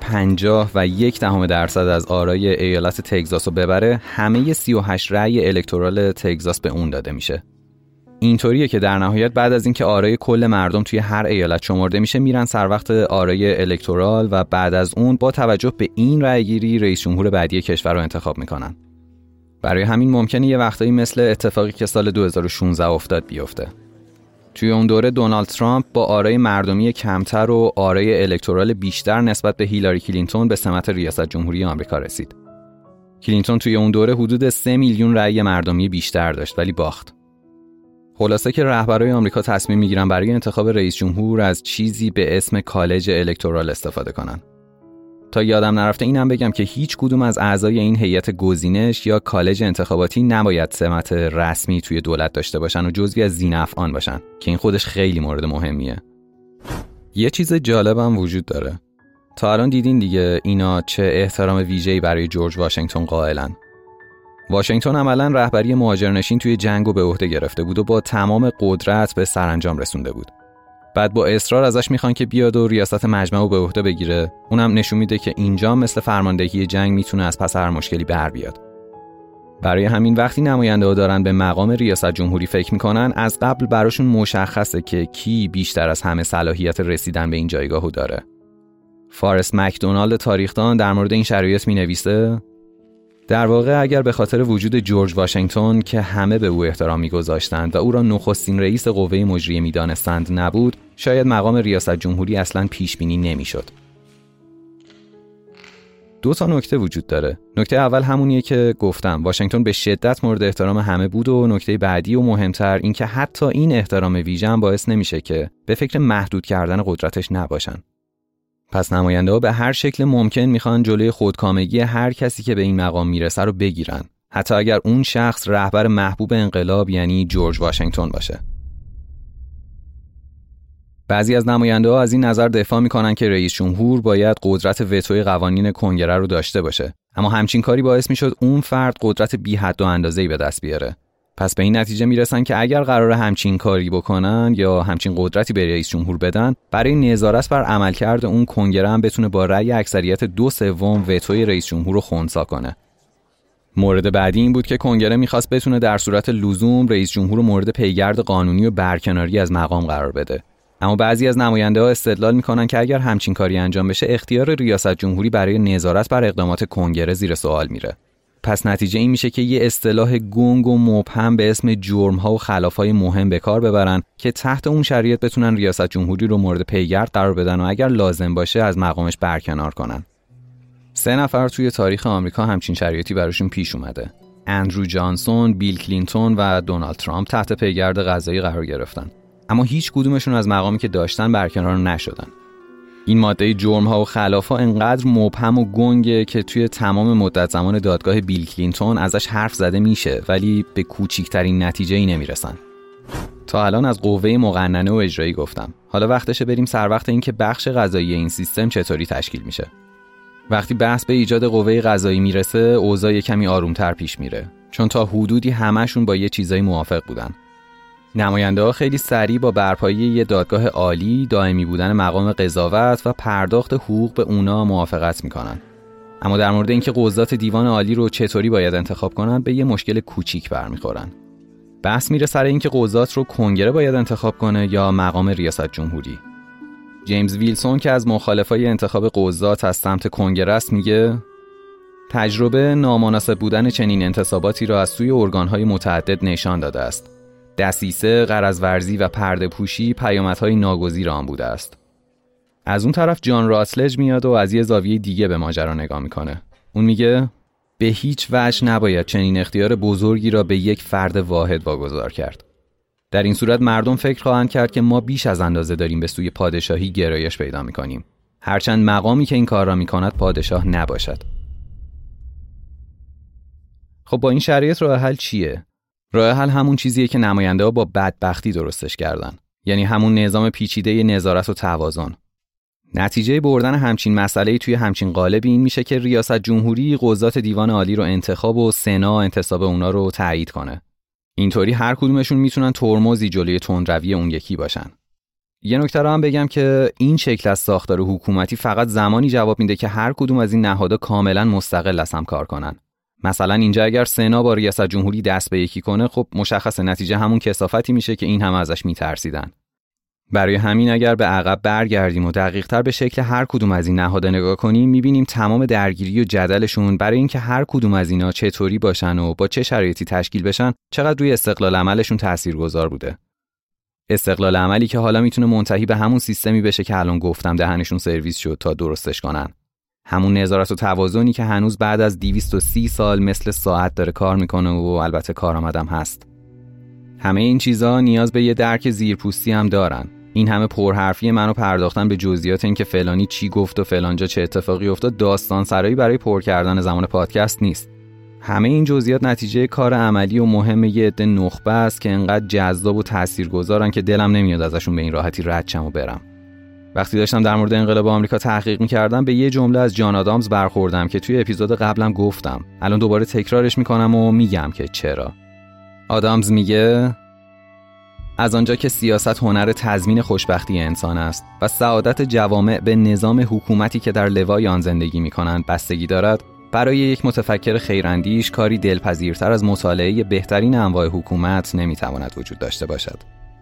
50.1% از آرای ایالت تگزاس رو ببره، همه 38 رأی الکتورال تگزاس به اون داده میشه. اینطوریه که در نهایت بعد از اینکه آرای کل مردم توی هر ایالت شمرده میشه، میرن سر وقت آرای الکتورال و بعد از اون با توجه به این رأیگیری رئیس جمهور بعدی کشور رو انتخاب میکنن. برای همین ممکنه یه وقتایی مثل اتفاقی که سال 2016 افتاد بیفته. توی اون دوره دونالد ترامپ با آرای مردمی کمتر و آرای الکتورال بیشتر نسبت به هیلاری کلینتون به سمت ریاست جمهوری آمریکا رسید. کلینتون توی اون دوره حدود 3 میلیون رأی مردمی بیشتر داشت ولی باخت. خلاصه که رهبرای آمریکا تصمیم میگیرن برای انتخاب رئیس جمهور از چیزی به اسم کالج الکتورال استفاده کنن. تا یادم نرفته اینم بگم که هیچ کدوم از اعضای این هیئت گزینش یا کالج انتخاباتی نباید سمت رسمی توی دولت داشته باشن و جزوی از ذی‌نفعان باشن که این خودش خیلی مورد مهمیه. یه چیز جالبم وجود داره. تا الان دیدین دیگه اینا چه احترام ویژه‌ای برای جورج واشنگتن قائلن. واشنگتن عملاً رهبری مهاجرنشین توی جنگو به عهده گرفته بود و با تمام قدرت به سرانجام رسونده بود. بعد با اصرار ازش میخوان که بیاد و ریاست مجمع به عهده بگیره. اونم نشون میده که اینجا مثل فرماندهی جنگ میتونه از پس هر مشکلی بر بیاد. برای همین وقتی نماینده‌ها دارن به مقام ریاست جمهوری فکر میکنن، از قبل براشون مشخصه که کی بیشتر از همه صلاحیت رسیدن به این جایگاهو داره. فارست مکدونالد تاریخدان در مورد این شرایط مینویسه: در واقع اگر به خاطر وجود جورج واشنگتن که همه به او احترام می‌گذاشتند و او را نخستین رئیس قوه مجریه می‌دانستند نبود، شاید مقام ریاست جمهوری اصلاً پیش بینی نمی‌شد. 2 نکته وجود داره. نکته اول همونیه که گفتم، واشنگتن به شدت مورد احترام همه بود، و نکته بعدی و مهمتر این که حتی این احترام ویژه هم باعث نمیشه که به فکر محدود کردن قدرتش نباشن. پس نماینده‌ها به هر شکل ممکن میخوان جلوی خودکامگی هر کسی که به این مقام میرسه رو بگیرن، حتی اگر اون شخص رهبر محبوب انقلاب یعنی جورج واشنگتن باشه. بعضی از نماینده‌ها از این نظر دفاع میکنن که رئیس جمهور باید قدرت وتوی قوانین کنگره رو داشته باشه، اما همچین کاری باعث میشد اون فرد قدرت بی حد و اندازه‌ای به دست بیاره. پس به این نتیجه میرسن که اگر قراره همچین کاری بکنن یا همچین قدرتی به رئیس جمهور بدن، برای نظارت بر عملکرد اون کنگره هم بتونه با رأی اکثریت 2/3 وتوی رئیس جمهور رو خنثی کنه. مورد بعدی این بود که کنگره میخواست بتونه در صورت لزوم رئیس جمهور رو مورد پیگرد قانونی و برکناری از مقام قرار بده. اما بعضی از نماینده‌ها استدلال میکنن که اگر همچین کاری انجام بشه، اختیار ریاست جمهوری برای نظارت بر اقدامات کنگره زیر سوال میره. پس نتیجه این میشه که یه اصطلاح گنگ و مبهم به اسم جرم‌ها و خلاف‌های مهم به کار ببرن که تحت اون شرایط بتونن ریاست جمهوری رو مورد پیگرد قرار بدن و اگر لازم باشه از مقامش برکنار کنن. 3 نفر توی تاریخ آمریکا همچین شرایطی براشون پیش اومده. اندرو جانسون، بیل کلینتون و دونالد ترامپ تحت پیگرد قضایی قرار گرفتن، اما هیچ کدومشون از مقامی که داشتن برکنار نشدن. این ماده جرم‌ها و خلاف‌ها انقدر مبهم و گنگه که توی تمام مدت زمان دادگاه بیل کلینتون ازش حرف زده میشه، ولی به کوچیکترین نتیجه‌ای نمیرسن. تا الان از قوه مقننه و اجرایی گفتم. حالا وقتشه بریم سر وقت این که بخش قضایی این سیستم چطوری تشکیل میشه. وقتی بحث به ایجاد قوه قضایی میرسه، اوضاع کمی آرومتر پیش میره، چون تا حدودی همشون با یه چیزایی موافق بودن. نماینده‌ها خیلی سریع با برپایی یه دادگاه عالی، دائمی بودن مقام قضاوت و پرداخت حقوق به اونا موافقت میکنن. اما در مورد اینکه قضات دیوان عالی رو چطوری باید انتخاب کنن، به یه مشکل کوچیک برمیخورن. بحث میره سر اینکه قضات رو کنگره باید انتخاب کنه یا مقام ریاست جمهوری. جیمز ویلسون که از مخالفای انتخاب قضات از سمت کنگره است میگه: تجربه نامناسب بودن چنین انتصاباتی را از سوی ارگان‌های متعدد نشان داده است. دسیسه، غرض‌ورزی و پرده‌پوشی پیامدهای ناگزیر آن بوده است. از اون طرف جان راتلج میاد و از یه زاویه دیگه به ماجرا نگاه میکنه. اون میگه به هیچ وجه نباید چنین اختیار بزرگی را به یک فرد واحد واگذار کرد. در این صورت مردم فکر خواهند کرد که ما بیش از اندازه داریم به سوی پادشاهی گرایش پیدا میکنیم، هرچند مقامی که این کار را میکند پادشاه نباشد. خب با این شرایط راه حل چیه؟ راه حل همون چیزیه که نماینده‌ها با بدبختی درستش کردن، یعنی همون نظام پیچیده نظارت و توازن. نتیجه بردن همچین مسئله‌ای توی همچین قالبی این میشه که ریاست جمهوری قضات دیوان عالی رو انتخاب و سنا انتصاب اونا رو تایید کنه. اینطوری هر کدومشون میتونن ترمزی جلوی تندروی اون یکی باشن. یه نکته رو هم بگم که این شکل از ساختار حکومتی فقط زمانی جواب میده که هر کدوم از این نهادها کاملا مستقل از هم کار کنن. مثلا اینجا اگر سنا با ریاست جمهوری دست به یکی کنه، خب مشخصه نتیجه همون کثافتی میشه که این هم ازش میترسیدن. برای همین اگر به عقب برگردیم و دقیق‌تر به شکل هر کدوم از این نهادها نگاه کنیم، میبینیم تمام درگیری و جدلشون برای اینکه هر کدوم از اینا چطوری باشن و با چه شرایطی تشکیل بشن، چقدر روی استقلال عملشون تاثیرگذار بوده. استقلال عملی که حالا میتونه منتهی به همون سیستمی بشه که الان گفتم دهنشون سرویس شد تا درستش کنن. همون نظارت و توازنی که هنوز بعد از 230 سال مثل ساعت داره کار میکنه و البته کارآمدم هست. همه این چیزا نیاز به یه درک زیرپوستی هم دارن. این همه پرحرفی منو پرداختن به جزئیات این که فلانی چی گفت و فلانجا چه اتفاقی افتاد داستان سرایی برای پر کردن زمان پادکست نیست. همه این جزئیات نتیجه کار عملی و مهم یه عده نخبه است که انقدر جذاب و تاثیرگذارن که دلم نمیاد ازشون به این راحتی رد شم و برم. وقتی داشتم در مورد انقلاب آمریکا تحقیق می‌کردم به یه جمله از جان آدامز برخوردم که توی اپیزود قبلم گفتم. الان دوباره تکرارش می‌کنم و میگم که چرا. آدامز میگه از آنجا که سیاست هنر تضمین خوشبختی انسان است و سعادت جوامع به نظام حکومتی که در لوای آن زندگی می‌کنند بستگی دارد، برای یک متفکر خیراندیش کاری دلپذیرتر از مطالعه بهترین انواع حکومت نمی‌تواند وجود داشته باشد.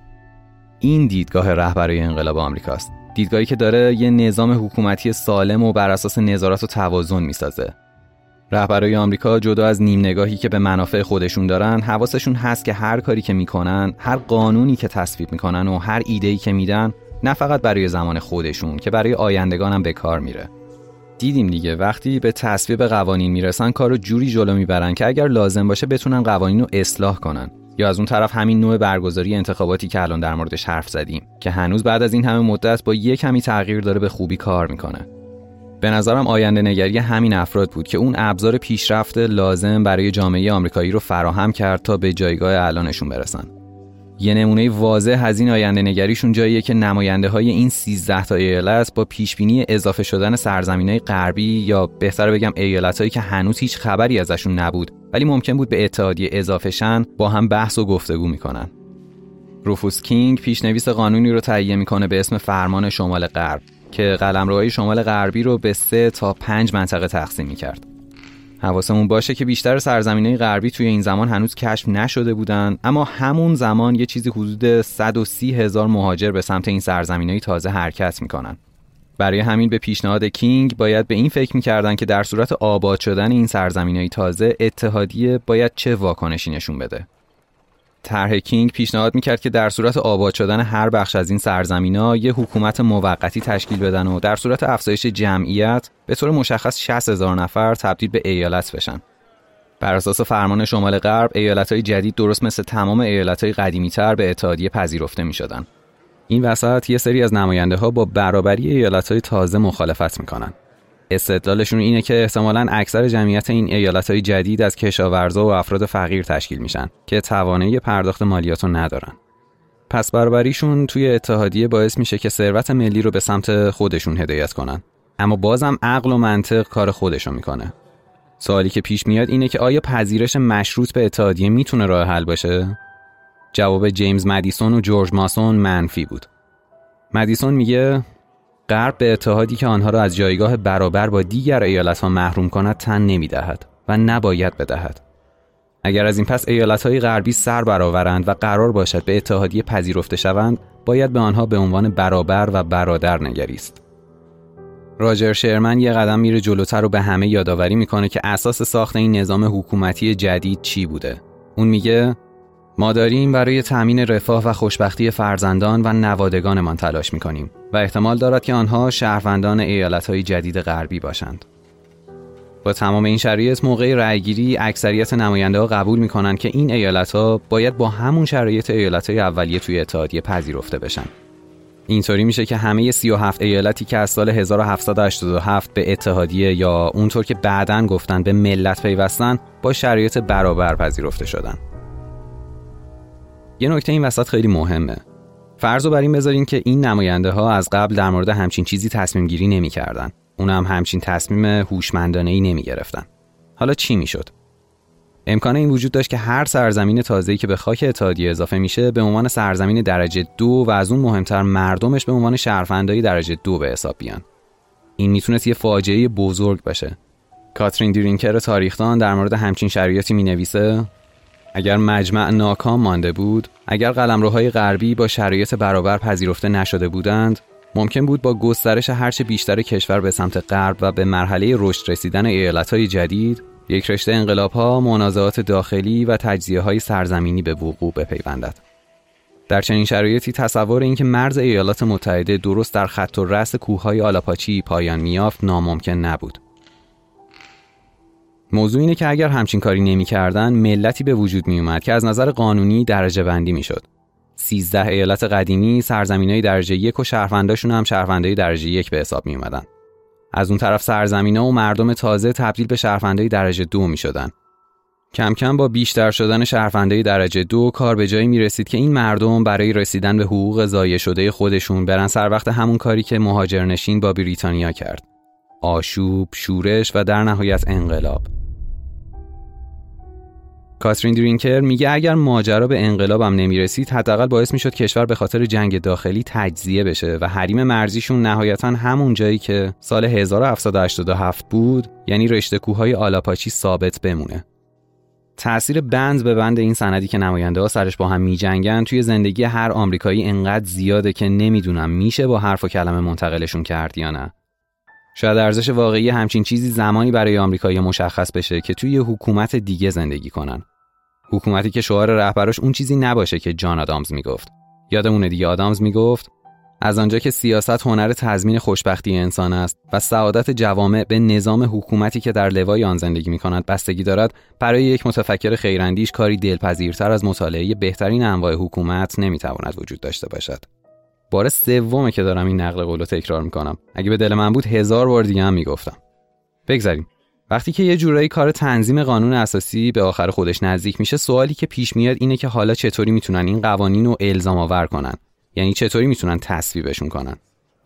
این دیدگاه رهبرای انقلاب آمریکاست. دیدگاهی که داره یه نظام حکومتی سالم و بر اساس نظارت و توازن می‌سازه. رهبرای آمریکا جدا از نیم نگاهی که به منافع خودشون دارن، حواسشون هست که هر کاری که میکنن، هر قانونی که تصویب میکنن و هر ایده‌ای که میدن، نه فقط برای زمان خودشون که برای آیندگان هم به کار میره. دیدیم دیگه وقتی به تصویب قوانین میرسن کارو جوری جلو میبرن که اگر لازم باشه بتونن قوانین رو اصلاح کنن. یا از اون طرف همین نوع برگزاری انتخاباتی که الان در موردش حرف زدیم که هنوز بعد از این همه مدت با یک کمی تغییر داره به خوبی کار میکنه. به نظرم آینده نگری همین افراد بود که اون ابزار پیشرفت لازم برای جامعه آمریکایی رو فراهم کرد تا به جایگاه الانشون برسن. یه نمونه واضح از این آینده نگریشون جاییه که نماینده های این 13 تا ایالت با پیشبینی اضافه شدن سرزمینای غربی یا بهتر بگم ایالتایی که هنوز هیچ خبری ازشون نبود ولی ممکن بود به اتحادیه اضافه شن با هم بحث و گفتگو میکنن. روفوس کینگ پیشنویس قانونی رو تهیه میکنه به اسم فرمان شمال غرب که قلمروهای شمال غربی رو به 3 تا 5 منطقه تقسیم می‌کرد. حواسمون باشه که بیشتر سرزمین‌های غربی توی این زمان هنوز کشف نشده بودن، اما همون زمان یه چیزی حدود 130,000 مهاجر به سمت این سرزمین‌های تازه حرکت می‌کنن. برای همین به پیشنهاد کینگ باید به این فکر می‌کردن که در صورت آباد شدن این سرزمین‌های تازه اتحادیه باید چه واکنشی نشون بده. طرح کینگ پیشنهاد میکرد که در صورت آباد شدن هر بخش از این سرزمینا یه حکومت موقتی تشکیل بدن و در صورت افزایش جمعیت به طور مشخص 60,000 نفر تبدیل به ایالت بشن. بر اساس فرمان شمال غرب ایالت‌های جدید درست مثل تمام ایالت‌های قدیمی‌تر به اتحادیه پذیرفته میشدن. این وسط یه سری از نماینده‌ها با برابری ایالت‌های تازه مخالفت میکنن. استدلالشون اینه که احتمالاً اکثر جمعیت این ایالت‌های جدید از کشاورزا و افراد فقیر تشکیل میشن که توانایی پرداخت مالیات رو ندارن. پس برابریشون توی اتحادیه باعث میشه که ثروت ملی رو به سمت خودشون هدایت کنن. اما بازم عقل و منطق کار خودشو میکنه. سوالی که پیش میاد اینه که آیا پذیرش مشروط به اتحادیه میتونه راه حل باشه؟ جواب جیمز مدیسون و جورج ماسون منفی بود. مدیسون میگه غرب به اتحادی که آنها را از جایگاه برابر با دیگر ایالت‌ها محروم کند تن نمی‌دهد و نباید بدهد. اگر از این پس ایالت‌های غربی سر برآورند و قرار باشد به اتحادیه پذیرفته شوند، باید به آنها به عنوان برابر و برادر نگریست. راجر شرمن یه قدم میره جلوتر و به همه یادآوری میکنه که اساس ساخت این نظام حکومتی جدید چی بوده. اون میگه ما داریم برای تأمین رفاه و خوشبختی فرزندان و نوادگانمان تلاش می‌کنیم و احتمال دارد که آنها شهروندان ایالت‌های جدید غربی باشند. با تمام این شرایط موقع رأیگیری اکثریت نماینده‌ها قبول می‌کنند که این ایالت‌ها باید با همون شرایط ایالت‌های اولیه توی اتحادیه پذیرفته بشن. اینطوری میشه که همه 37 ایالتی که از سال 1787 به اتحادیه یا اونطور که بعداً گفتن به ملت پیوستن با شرایط برابر پذیرفته شدن. یه نکته این وسط خیلی مهمه. فرض رو بر این بذارین که این نماینده ها از قبل در مورد همچین چیزی تصمیم گیری نمی کردن. اونم همچین تصمیم هوشمندانه‌ای نمی گرفتن. حالا چی می شد؟ امکان این وجود داشت که هر سرزمین تازه‌ای که به خاک اتحادیه اضافه میشه به عنوان سرزمین درجه 2 و از اون مهمتر مردمش به عنوان شهروندای درجه 2 به حساب بیان. این میتونست یه فاجعه بزرگ باشه. کاترین درینکر تاریخدان در مورد همچین شرایطی مینویسه اگر مجمع ناکام مانده بود، اگر قلمروهای غربی با شرایط برابر پذیرفته نشده بودند، ممکن بود با گسترش هرچه بیشتر کشور به سمت غرب و به مرحله رشد رسیدن ایالت‌های جدید، یک رشته انقلاب‌ها، منازعات داخلی و تجزیه‌های سرزمینی به وقوع بپیوندد. در چنین شرایطی تصور اینکه مرز ایالات متحده درست در خط الرأس کوههای آلاپاچی پایان می‌یافت ناممکن نبود. موضوع اینه که اگر همچین کاری نمی‌کردن، ملتی به وجود می‌اومد که از نظر قانونی درجه بندی می‌شد. 13 ایالت قدیمی سرزمینای درجه 1 و شهرونداشون هم شهروندای درجه 1 به حساب می‌اومدن. از اون طرف سرزمینا و مردم تازه تبدیل به شهروندای درجه 2 می‌شدن. کم کم با بیشتر شدن شهروندای درجه 2 کار به جایی میرسید که این مردم برای رسیدن به حقوق ضایع شده خودشون برن سر وقت همون کاری که مهاجرنشین با بریتانیا کرد: آشوب، شورش و در نهایت انقلاب. کاترین درینکر میگه اگر ماجرا به انقلابم نمیرسید، حداقل باعث میشد کشور به خاطر جنگ داخلی تجزیه بشه و حریم مرزیشون نهایتاً همون جایی که سال 1787 بود، یعنی رشته کوههای آلاپاچی، ثابت بمونه. تأثیر بند به بند این سندی که نماینده‌ها سرش با هم می‌جنگن توی زندگی هر آمریکایی انقدر زیاده که نمیدونم میشه با حرف و کلمه منتقلشون کرد یا نه. شاید ارزش واقعی همچین چیزی زمانی برای آمریکایی‌ها مشخص بشه که توی حکومت دیگه زندگی کنن. حکومتی که شعار رهبرش اون چیزی نباشه که جان آدامز میگفت. یادمونه دیگه، آدامز میگفت از آنجا که سیاست هنر تضمین خوشبختی انسان است و سعادت جوامع به نظام حکومتی که در لوای آن زندگی می‌کنند بستگی دارد، برای یک متفکر خیراندیش کاری دلپذیرتر از مطالعه بهترین انواع حکومت نمی‌تواند وجود داشته باشد. بار سومه که دارم این نقل قولو تکرار می‌کنم. اگه به دل من بود 1000 بار دیگه هم میگفتم. بگذاریم. وقتی که یه جورایی کار تنظیم قانون اساسی به آخر خودش نزدیک میشه، سوالی که پیش میاد اینه که حالا چطوری میتونن این قوانین رو الزام آور کنن؟ یعنی چطوری میتونن تصویبشون کنن؟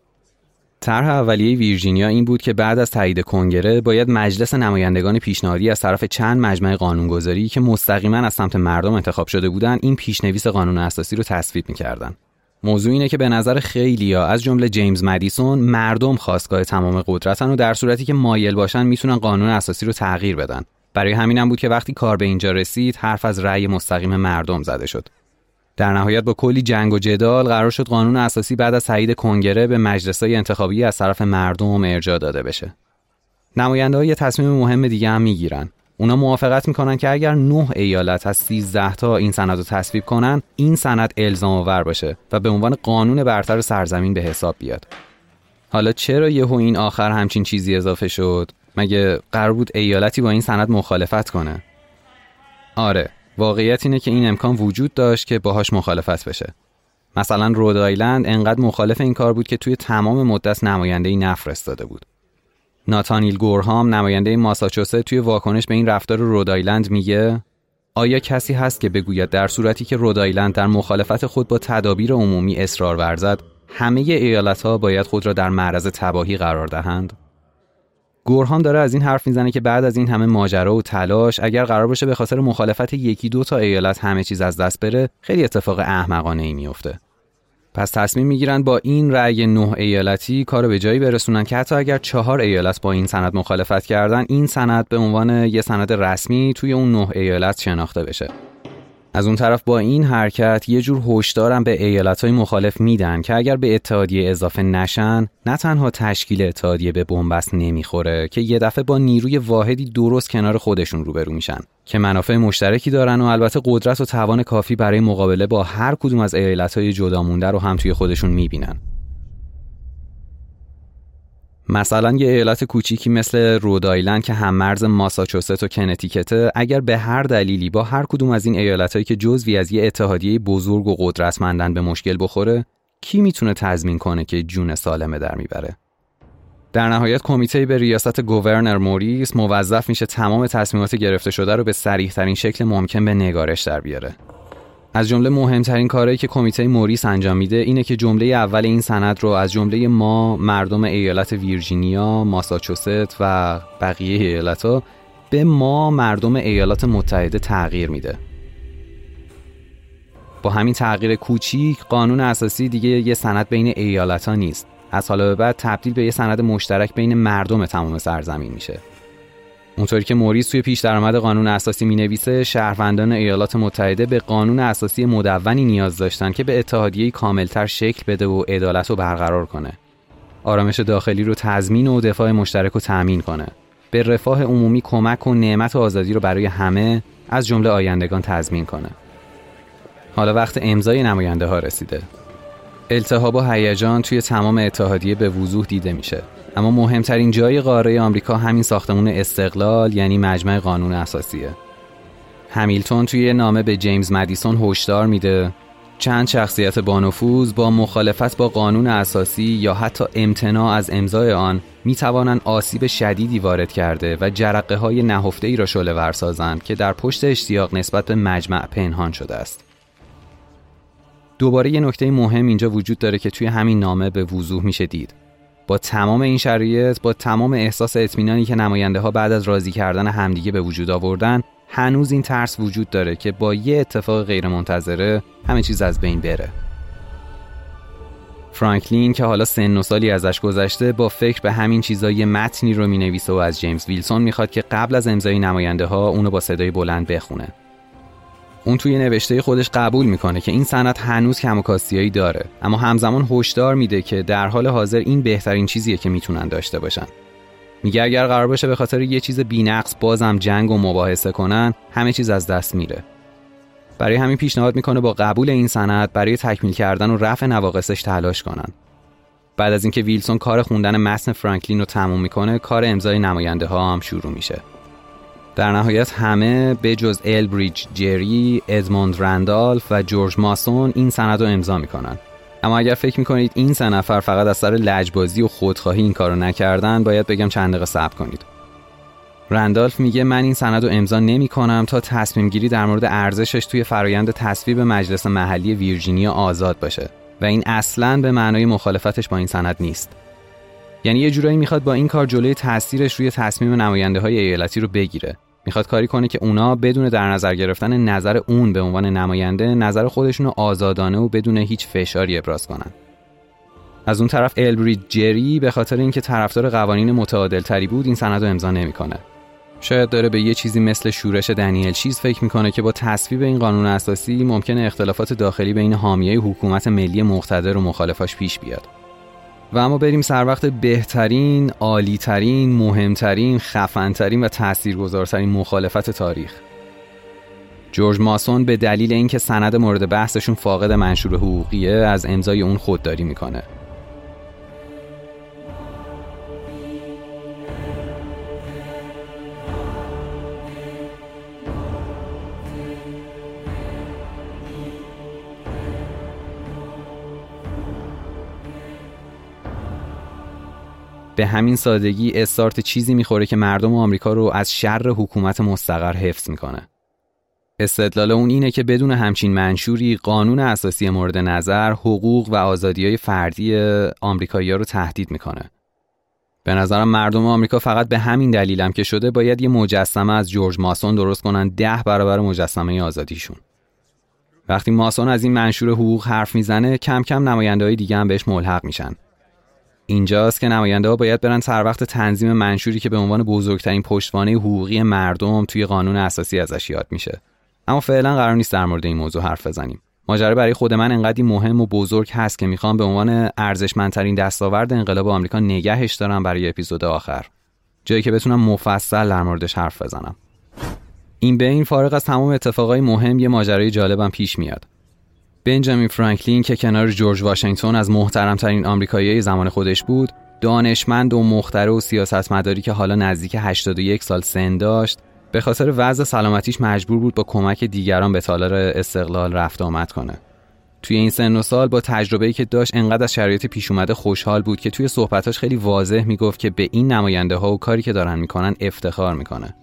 طرح اولیه ویرجینیا این بود که بعد از تایید کنگره باید مجلس نمایندگان پیشنهادی از طرف چند مجمع قانونگذاری که مستقیما از سمت مردم انتخاب شده بودن این پیشنویس قانون اساسی رو تصویب میکردن. موضوع اینه که به نظر خیلیا از جمله جیمز مدیسون مردم خواستگاه تمام قدرتن و در صورتی که مایل باشن میتونن قانون اساسی رو تغییر بدن. برای همینم بود که وقتی کار به اینجا رسید حرف از رأی مستقیم مردم زده شد. در نهایت با کلی جنگ و جدال قرار شد قانون اساسی بعد از تایید کنگره به مجلس‌های انتخابی از طرف مردم ارجاع داده بشه. نماینده‌ها یه تصمیم مهم دیگه هم میگیرن. اونا موافقت میکنن که اگر 9 ایالت از 13 تا این سند رو تصویب کنن، این سند الزام آور باشه و به عنوان قانون برتر سرزمین به حساب بیاد. حالا چرا یهو این آخر همچین چیزی اضافه شد؟ مگه قرار بود ایالتی با این سند مخالفت کنه؟ آره، واقعیت اینه که این امکان وجود داشت که باهاش مخالفت بشه. مثلا رود آیلند انقدر مخالف این کار بود که توی تمام مدت نماینده‌ای نفرستاده بود. ناتانیل گورهام نماینده ماساچوست توی واکنش به این رفتار رود آیلند میگه آیا کسی هست که بگوید در صورتی که رود آیلند در مخالفت خود با تدابیر عمومی اصرار ورزد، همه ایالت‌ها باید خود را در معرض تباهی قرار دهند؟ گورهام داره از این حرف میزنه که بعد از این همه ماجرا و تلاش، اگر قرار باشه به خاطر مخالفت 1-2 تا ایالت همه چیز از دست بره، خیلی اتفاق احمقانه‌ای میفته. پس تصمیم میگیرن با این رأی 9 ایالتی کارو به جایی برسونن که حتی اگر 4 ایالت با این سند مخالفت کردن، این سند به عنوان یه سند رسمی توی اون 9 ایالت شناخته بشه. از اون طرف با این حرکت یه جور هشدارم به ایالت‌های مخالف میدن که اگر به اتحادیه اضافه نشن، نه تنها تشکیل اتحادیه به بنبست نمیخوره که یه دفعه با نیروی واحدی درست کنار خودشون روبرو میشن که منافع مشترکی دارن و البته قدرت و توان کافی برای مقابله با هر کدوم از ایالت‌های جدا مونده رو هم توی خودشون میبینن. مثلا یه ایالت کوچیکی مثل رود آیلند که هم مرز ماساچوست و کنتیکت، اگر به هر دلیلی با هر کدوم از این ایالت‌هایی که جزوی از یه اتحادیه بزرگ و قدرتمندن به مشکل بخوره، کی میتونه تضمین کنه که جون سالمه در میبره؟ در نهایت کمیته به ریاست گورنر موریس موظف میشه تمام تصمیمات گرفته شده رو به صریح‌ترین شکل ممکن به نگارش در بیاره. از جمله مهمترین کارهایی که کمیته موریس انجام میده اینه که جمله اول این سند رو از جمله ما مردم ایالت ویرجینیا، ماساچوست و بقیه ایالت‌ها به ما مردم ایالات متحده تغییر میده. با همین تغییر کوچیک قانون اساسی دیگه یه سند بین ایالت‌ها نیست. از حالا به بعد تبدیل به یه سند مشترک بین مردم تمام سرزمین میشه. اونطوری که موریس توی پیش درآمد قانون اساسی می‌نویسه، شهروندان ایالات متحده به قانون اساسی مدونی نیاز داشتن که به اتحادیه‌ای کاملتر شکل بده و عدالت رو برقرار کنه. آرامش داخلی رو تضمین و دفاع مشترک رو تأمین کنه. به رفاه عمومی کمک و نعمت و آزادی رو برای همه از جمله آیندگان تضمین کنه. حالا وقت امضای نماینده‌ها رسیده. التهاب و هیجان توی تمام اتحادیه به وضوح دیده میشه. اما مهمترین جای قاره آمریکا همین ساختمون استقلال یعنی مجمع قانون اساسیه. همیلتون توی نامه به جیمز مدیسون هشدار میده چند شخصیت بانفوذ با مخالفت با قانون اساسی یا حتی امتناع از امضای آن می توانند آسیب شدیدی وارد کرده و جرقه‌های نهفته‌ای را شعله‌ور سازند که در پشت اشتیاق نسبت به مجمع پنهان شده است. دوباره یه نکته مهم اینجا وجود داره که توی همین نامه به وضوح میشه دید. با تمام این شرایط، با تمام احساس اطمینانی که نماینده‌ها بعد از راضی کردن همدیگه به وجود آوردن، هنوز این ترس وجود داره که با یه اتفاق غیرمنتظره همه چیز از بین بره. فرانکلین که حالا سن و سالی ازش گذشته، با فکر به همین چیزا یه متنی رو مینویسه و از جیمز ویلسون میخواد که قبل از امضای نماینده‌ها اونو با صدای بلند بخونه. اون توی نوشته خودش قبول میکنه که این سند هنوز کم و کاستیایی داره، اما همزمان هشدار میده که در حال حاضر این بهترین چیزیه که میتونن داشته باشن. میگه اگر قرار باشه به خاطر یه چیز بی‌نقص بازم جنگ و مباحثه کنن، همه چیز از دست میره. برای همین پیشنهاد میکنه با قبول این سند برای تکمیل کردن و رفع نواقصش تلاش کنن. بعد از اینکه ویلسون کار خوندن متن فرانکلین رو تموم میکنه، کار امضای نماینده‌ها هم شروع میشه. در نهایت همه به جز البریج جری، ادموند رندالف و جورج ماسون این سند رو امضا میکنن. اما اگر فکر میکنید این سه نفر فقط از سر لجبازی و خودخواهی این کارو نکردن، باید بگم چند دقیقه صبر کنید. رندالف میگه من این سند رو امضا نمیکنم تا تصمیم گیری در مورد ارزشش توی فرایند تصویب مجلس محلی ویرجینیا آزاد باشه و این اصلاً به معنای مخالفتش با این سند نیست. یعنی یه جورایی میخواد با این کار جلوی تاثیرش روی تصمیم نماینده‌های ایالتی رو بگیره. میخواد کاری کنه که اونا بدون در نظر گرفتن نظر اون به عنوان نماینده، نظر خودشون رو آزادانه و بدون هیچ فشاری ابراز کنن. از اون طرف البریج جری به خاطر اینکه طرفدار قوانین متعادل‌تری بود، این سند رو امضا نمیکنه. شاید داره به یه چیزی مثل شورش دنیل چیز فکر میکنه که با تصویب این قانون اساسی ممکنه اختلافات داخلی بین حامیای حکومت ملی مقتدر و مخالفاش پیش بیاد. و اما بریم سر وقت بهترین، عالیترین، مهمترین، خفنترین و تاثیرگذارترین مخالفت تاریخ. جورج ماسون به دلیل اینکه سند مورد بحثشون فاقد منشور حقوقیه، از امضای اون خودداری میکنه. به همین سادگی استارت چیزی میخوره که مردم آمریکا رو از شر حکومت مستقر حفظ میکنه. استدلال اون اینه که بدون همچین منشوری قانون اساسی مورد نظر حقوق و آزادی‌های فردی آمریکایی‌ها رو تهدید میکنه. به نظرم مردم آمریکا فقط به همین دلیلم که شده باید یه مجسمه از جورج ماسون درست کنن 10 برابر مجسمه آزادیشون. وقتی ماسون از این منشور حقوق حرف میزنه، کم کم نماینده‌های دیگه هم بهش ملحق میشن. اینجاست که نماینده‌ها باید برن سر وقت تنظیم منشوری که به عنوان بزرگترین پشتوانه حقوقی مردم توی قانون اساسی ازش یاد میشه. اما فعلا قرار نیست در مورد این موضوع حرف بزنیم. ماجرا برای خود من انقدر مهم و بزرگ هست که میخوام به عنوان ارزشمندترین دستاورد انقلاب آمریکا نگهش دارم برای اپیزود آخر، جایی که بتونم مفصل در موردش حرف بزنم. این به این فارغ از تمام اتفاقای مهم، یه ماجرای جالبم پیش میاد. بنجامین فرانکلین که کنار جورج واشنگتن از محترمترین آمریکایی‌های زمان خودش بود، دانشمند و مخترع و سیاستمداری که حالا نزدیک 81 سال سن داشت، به خاطر وضع سلامتیش مجبور بود با کمک دیگران به تالار استقلال رفت آمد کنه. توی این سن و سال با تجربه‌ای که داشت، انقدر از شرایط پیش اومده خوشحال بود که توی صحبتاش خیلی واضح میگفت که به این نماینده‌ها و کاری که دارن میکنن افتخار میکنه.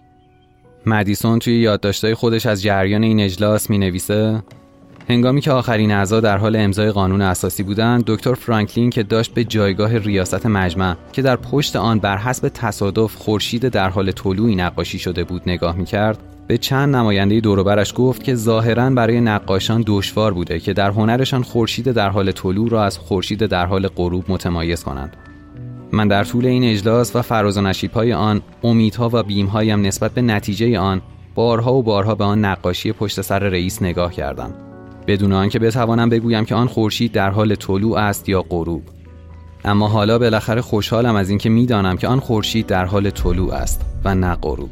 مدیسون توی یادداشت‌های خودش از جریان این اجلاس مینویسه: هنگامی که آخرین اعضا در حال امضای قانون اساسی بودند، دکتر فرانکلین که داشت به جایگاه ریاست مجمع که در پشت آن بر حسب تصادف خورشید در حال طلوعی نقاشی شده بود نگاه می‌کرد، به چند نماینده دور و برش گفت که ظاهراً برای نقاشان دشوار بوده که در هنرشان خورشید در حال طلوع را از خورشید در حال غروب متمایز کنند. من در طول این اجلاس و فراز و نشیب‌های آن، امیدها و بیم‌هایم نسبت به نتیجه آن، بارها و بارها به آن نقاشی پشت سر رئیس نگاه کردم، بدون آنکه بتوانم بگویم که آن خورشید در حال طلوع است یا غروب. اما حالا بالاخره خوشحالم از اینکه میدانم که آن خورشید در حال طلوع است و نه غروب.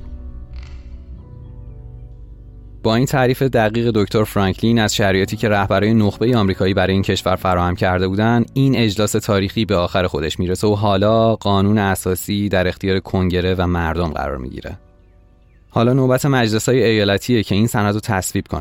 با این تعریف دقیق دکتر فرانکلین از شرایطی که رهبران نخبه آمریکایی برای این کشور فراهم کرده بودند، این اجلاس تاریخی به آخر خودش میرسه و حالا قانون اساسی در اختیار کنگره و مردم قرار میگیره. حالا نوبت مجلس‌های ایالتیه که این سند رو تصویب کنن.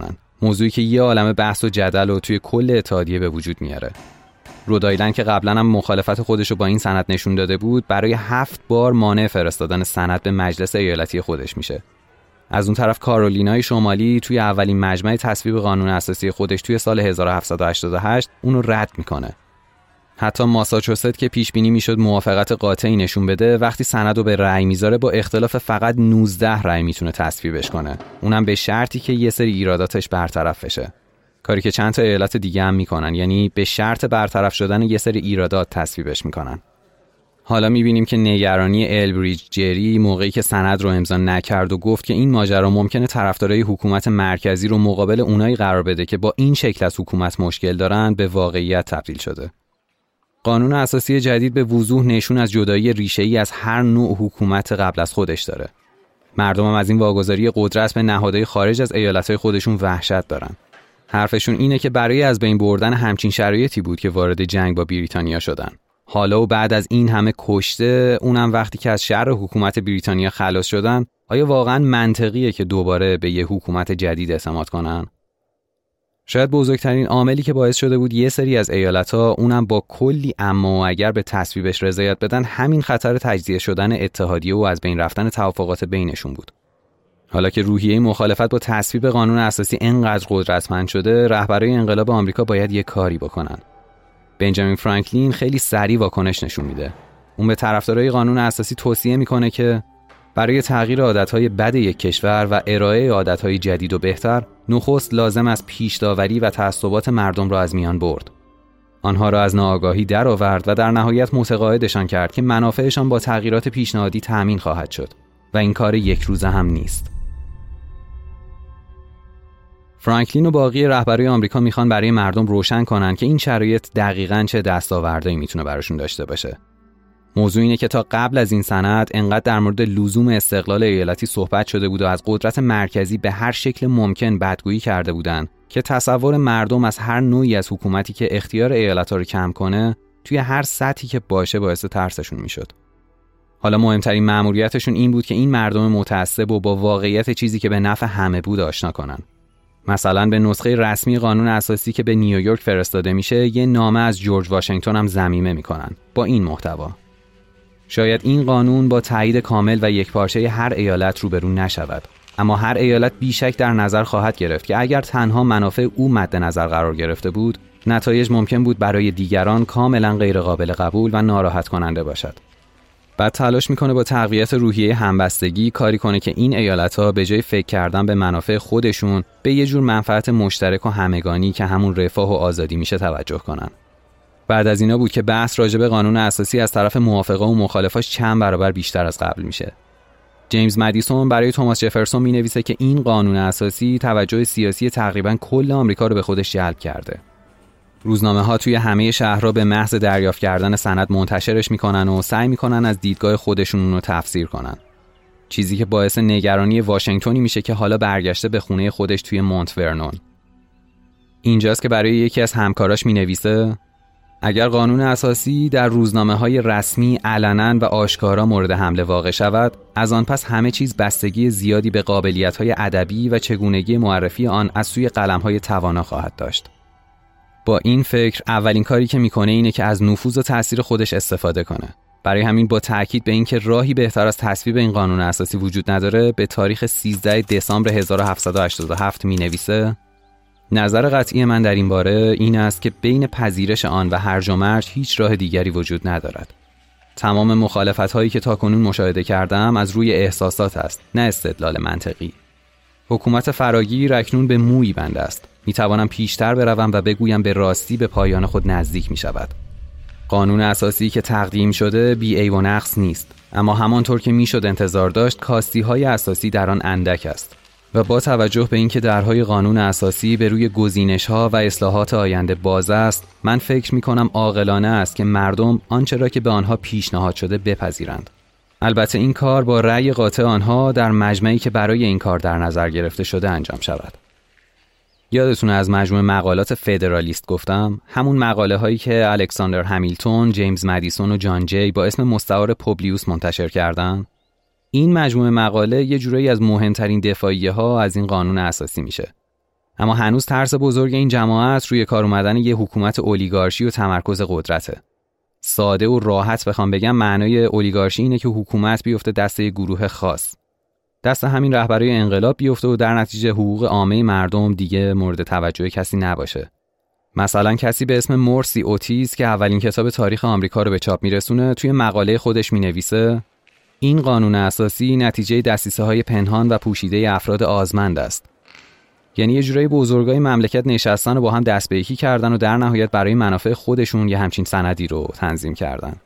موضوعی که یه عالمه بحث و جدل و توی کل اتحادیه به وجود میاره. رودایلند که قبلا هم مخالفت خودش رو با این سند نشون داده بود، برای 7 بار مانع فرستادن سند به مجلس ایالتی خودش میشه. از اون طرف کارولینای شمالی توی اولین مجمع تصویب قانون اساسی خودش توی سال 1788 اونو رد میکنه. حتی ماساچوست که پیش بینی میشد موافقت قاطعی نشون بده، وقتی سند رو به رأی میذاره با اختلاف فقط 19 رأی میتونه تصویبش کنه، اونم به شرطی که یه سری ایراداتش برطرف بشه. کاری که چند تا ایالت دیگه هم میکنن، یعنی به شرط برطرف شدن یه سری ایرادات تصویبش میکنن. حالا میبینیم که نگرانی البریج جری موقعی که سند رو امضا نکرد و گفت که این ماجرا ممکنه طرفدارای حکومت مرکزی رو مقابل اونایی قرار بده که با این شکل از حکومت مشکل دارن، به واقعیت تبدیل شده. قانون اساسی جدید به وضوح نشون از جدایی ریشه‌ای از هر نوع حکومت قبل از خودش داره. مردم هم از این واگذاری قدرت به نهادهای خارج از ایالت‌های خودشون وحشت دارن. حرفشون اینه که برای از بین بردن همچین شرایطی بود که وارد جنگ با بریتانیا شدن. حالا و بعد از این همه کشته، اونم وقتی که از شر حکومت بریتانیا خلاص شدن، آیا واقعا منطقیه که دوباره به یه حکومت جدید اعتماد کنن؟ شاید بزرگترین عاملی که باعث شده بود یه سری از ایالت‌ها اونم با کلی اما و اگر به تصویبش رضایت بدن، همین خطر تجزیه شدن اتحادیه و از بین رفتن توافقات بینشون بود. حالا که روحیه مخالفت با تصویب قانون اساسی انقدر قدرتمند شده، رهبرای انقلاب آمریکا باید یه کاری بکنن. بنجامین فرانکلین خیلی سریع واکنش نشون میده. اون به طرفدارای قانون اساسی توصیه میکنه که برای تغییر عادتهای بد یک کشور و ارائه عادتهای جدید و بهتر، نخست لازم است پیش داوری و تعصبات مردم را از میان برد. آنها را از ناآگاهی درآورد و در نهایت متقاعدشان کرد که منافعشان با تغییرات پیشنهادی تأمین خواهد شد و این کار یک روزه هم نیست. فرانکلین و باقی رهبرای آمریکا میخوان برای مردم روشن کنن که این شرایط دقیقاً چه دستاوردهایی میتونه براشون داشته باشه. موضوع اینه که تا قبل از این سند انقدر در مورد لزوم استقلال ایالتی صحبت شده بود و از قدرت مرکزی به هر شکل ممکن بدگویی کرده بودن که تصور مردم از هر نوعی از حکومتی که اختیار ایالت‌ها رو کم کنه توی هر سطحی که باشه باعث ترسشون میشد. حالا مهمترین مأموریتشون این بود که این مردم متعصب و با واقعیت چیزی که به نفع همه بود آشنا کنن. مثلا به نسخه رسمی قانون اساسی که به نیویورک فرستاده میشه یه نامه از جورج واشنگتن هم ضمیمه میکنن با این محتوا: شاید این قانون با تایید کامل و یکپارچه هر ایالت روبرو نشود، اما هر ایالت بیشک در نظر خواهد گرفت که اگر تنها منافع او مد نظر قرار گرفته بود، نتایج ممکن بود برای دیگران کاملا غیر قابل قبول و ناراحت کننده باشد. بعد تلاش میکنه با تقویت روحیه همبستگی کاری کنه که این ایالت‌ها به جای فکر کردن به منافع خودشون به یه جور منفعت مشترک و همگانی که همون رفاه و آزادی میشه توجه کنن. بعد از اینا بود که بحث راجع به قانون اساسی از طرف موافقا و مخالفاش چند برابر بیشتر از قبل میشه. جیمز مدیسون برای توماس جفرسون مینویسه که این قانون اساسی توجه سیاسی تقریباً کل آمریکا رو به خودش جلب کرده. روزنامه‌ها توی همه شهرها به محض دریافت کردن سند منتشرش میکنن و سعی میکنن از دیدگاه خودشون اون رو تفسیر کنن. چیزی که باعث نگرانی واشنگتنی میشه که حالا برگشته به خونه خودش توی مونت ورنون. اینجاست که برای یکی از همکاراش مینویسه: اگر قانون اساسی در روزنامه‌های رسمی علنا و آشکارا مورد حمله واقع شود، از آن پس همه چیز بستگی زیادی به قابلیت‌های ادبی و چگونگی معرفی آن از سوی قلم‌های توانا خواهد داشت. با این فکر اولین کاری که میکنه اینه که از نفوذ و تأثیر خودش استفاده کنه. برای همین با تأکید به اینکه راهی بهتر از تصویب این قانون اساسی وجود نداره، به تاریخ 13 دسامبر 1787 مینویسه: نظر قطعی من در این باره این است که بین پذیرش آن و هرج و مرج هیچ راه دیگری وجود ندارد. تمام مخالفت‌هایی که تاکنون مشاهده کردم از روی احساسات است، نه استدلال منطقی. حکومت فراگیر اکنون به مویی بنده است. میتوانم پیشتر بروم و بگویم به راستی به پایان خود نزدیک می شود. قانون اساسی که تقدیم شده بی عیب و نقص نیست، اما همانطور که میشد انتظار داشت کاستی‌های اساسی در آن اندک است و با توجه به اینکه درهای قانون اساسی به روی گزینش‌ها و اصلاحات آینده باز است، من فکر می‌کنم عاقلانه است که مردم آنچه را که به آنها پیشنهاد شده بپذیرند. البته این کار با رأی قاطع آنها در مجمعی که برای این کار در نظر گرفته شده انجام شود. یادتونه از مجموعه مقالات فدرالیست گفتم؟ همون مقاله هایی که الکساندر همیلتون، جیمز مدیسون و جان جی با اسم مستعار پوبلیوس منتشر کردن. این مجموعه مقاله یه جورایی از مهمترین دفاعیه ها از این قانون اساسی میشه. اما هنوز ترس بزرگ این جماعت روی کار اومدن یه حکومت اولیگارشی و تمرکز قدرته. ساده و راحت بخوام بگم معنای اولیگارشی اینه که حکومت بیفته دست یه گروه خاص. دست همین رهبرای انقلاب بیفته و در نتیجه حقوق عامه مردم دیگه مورد توجه کسی نباشه. مثلا کسی به اسم مورسی اوتیز که اولین کتاب تاریخ آمریکا رو به چاپ میرسونه توی مقاله خودش مینویسه این قانون اساسی نتیجه دسیسه‌های پنهان و پوشیده افراد آزمند است. یعنی یه جورایی بزرگای مملکت نشستن و با هم دست به یکی کردن و در نهایت برای منافع خودشون یه همچین سندی رو تنظیم کردن.